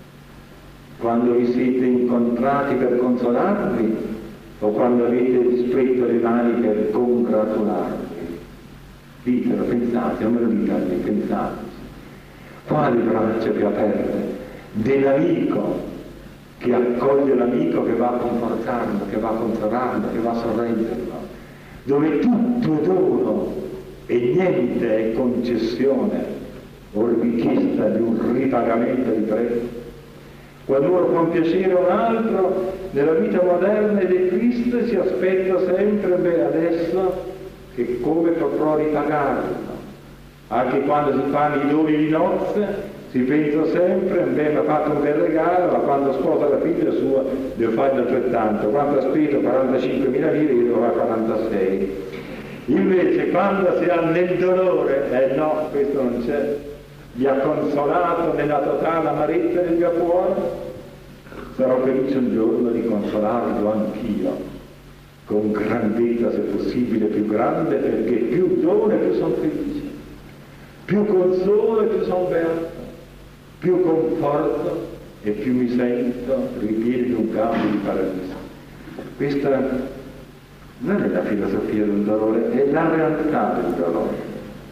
Quando vi siete incontrati per consolarvi o quando avete stretto le mani per congratularvi? Ditelo, pensate, non me lo dite a me, pensate. Quali braccia più aperte dell'amico che accoglie l'amico, che va a confortarlo, che va a consolarlo, che va a sorreggerlo, dove tutto è dono e niente è concessione o richiesta di un ripagamento di prezzo. Quando uno fa un piacere a un altro, nella vita moderna ed è Cristo si aspetta sempre, adesso, che come potrò ripagarlo. Anche quando si fanno i doni di nozze, si pensa sempre, mi ha fatto un bel regalo, ma quando sposa la figlia sua devo fare altrettanto. Quando ha speso 45.000 lire, io devo fare 46. Invece quando si ha nel dolore, no, questo non c'è. Vi ha consolato nella totale amarezza del mio cuore, sarò felice un giorno di consolarlo anch'io, con grandezza se possibile più grande, perché più dono e più sono felice, più consolo e più sono beato, più conforto e più mi sento ripieno di un campo di paradiso. Questa non è la filosofia del dolore, è la realtà del dolore.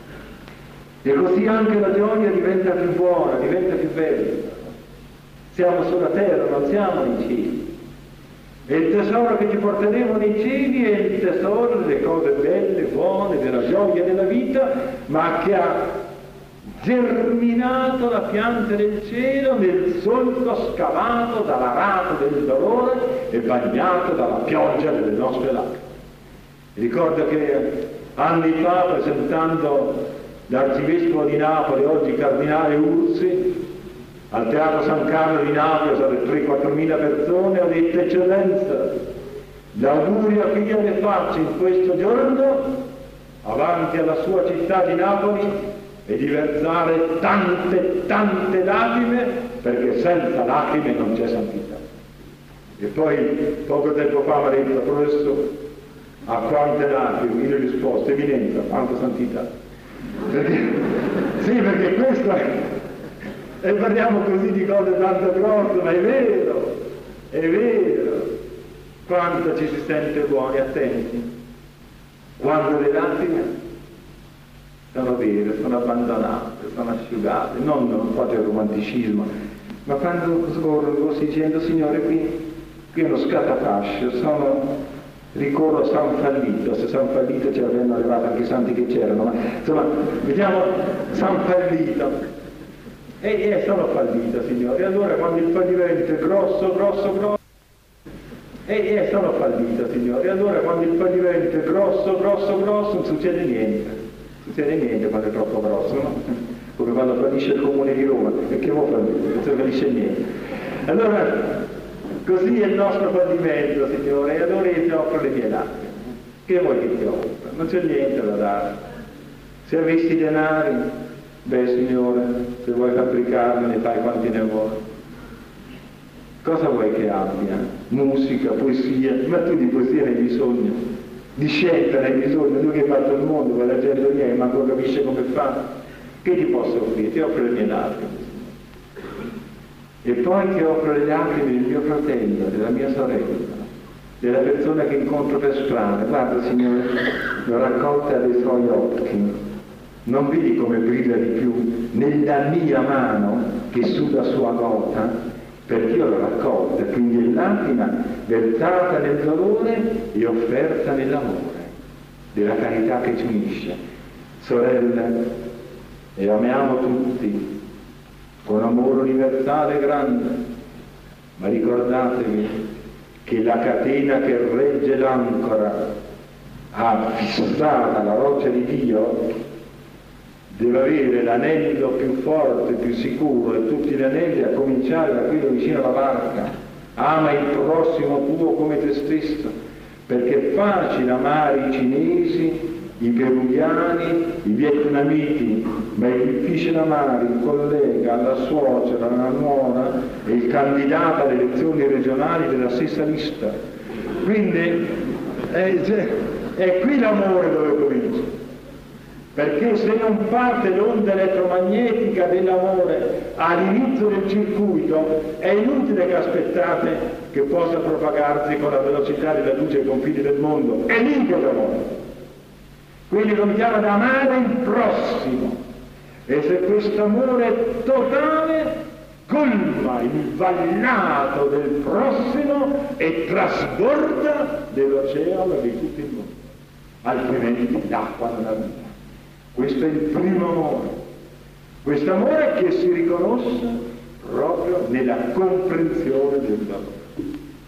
E così anche la gioia diventa più buona, diventa più bella. Siamo sulla terra, non siamo nei cieli. E il tesoro che ci porteremo nei cieli è il tesoro delle cose belle, buone, della gioia della vita, ma che ha germinato la pianta del cielo nel solco scavato dall'arato del dolore e bagnato dalla pioggia delle nostre lacrime. Ricordo che anni fa, presentando l'arcivescovo di Napoli, oggi cardinale Ursi, al Teatro San Carlo di Napoli, sono 3-4 mila persone, ho detto: Eccellenza, l'augurio che io le faccio in questo giorno, avanti alla sua città di Napoli, è di versare tante lacrime, perché senza lacrime non c'è santità. E poi, poco tempo fa mi ha detto: professore, a quante lacrime? Io ho risposto: eminenza, quanta santità. Perché questo è, e parliamo così di cose tanto grosse, ma è vero, quanto ci si sente buoni, attenti, quando le lacrime sono vere, sono abbandonate, sono asciugate, non fate il romanticismo, ma quando scorrono così dicendo: Signore, qui è uno scatafascio, ricorro a San Fallito, se San Fallito ce l'avevano arrivato anche i santi che c'erano, ma insomma, vediamo San Fallito. E sono fallito, signore. E allora quando il fallimento è grosso, sono fallito, signore. E allora quando il fallimento è grosso, non succede niente. Non succede niente quando è troppo grosso, no? Come quando fallisce il comune di Roma, perché vuoi fallire? Non si fallisce niente. Allora, così è il nostro fallimento, signore. E allora io ti offro le mie lacrime. Che vuoi che ti offro? Non c'è niente da dare. Se avessi denari, beh, signore, se vuoi fabbricarli ne fai quanti ne vuoi. Cosa vuoi che abbia? Musica, poesia, ma tu di poesia ne hai bisogno, di scelta ne hai bisogno, tu che hai fatto il mondo, quella gente lì che manco capisce come fa. Che ti posso offrire? Ti offro le mie lacrime. E poi ti offro le lacrime del mio fratello, della mia sorella, della persona che incontro per strada. Guarda, signore, l'ho raccolta dai suoi occhi. Non vedi come brilla di più nella mia mano che sulla sua gota? Perché io l'ho raccolta, quindi è lacrima versata nel dolore e offerta nell'amore della carità che ci unisce. Sorelle, e amiamo tutti con amore universale grande, ma ricordatevi che la catena che regge l'ancora fissata la roccia di Dio deve avere l'anello più forte, più sicuro di tutti gli anelli, a cominciare da quello vicino alla barca. Ama il prossimo tuo come te stesso, perché è facile amare i cinesi, i peruviani, i vietnamiti, ma è difficile amare il collega, la suocera, la nuora e il candidato alle elezioni regionali della stessa lista. Quindi è qui l'amore dove comincia. Perché se non parte l'onda elettromagnetica dell'amore all'inizio del circuito, è inutile che aspettate che possa propagarsi con la velocità della luce ai confini del mondo. È lì che l'amore. Quindi cominciamo ad amare il prossimo. E se questo amore totale colma il vallato del prossimo e trasborda dell'oceano di tutto il mondo. Altrimenti l'acqua non ha vita. Questo è il primo amore, questo amore che si riconosce proprio nella comprensione del valore.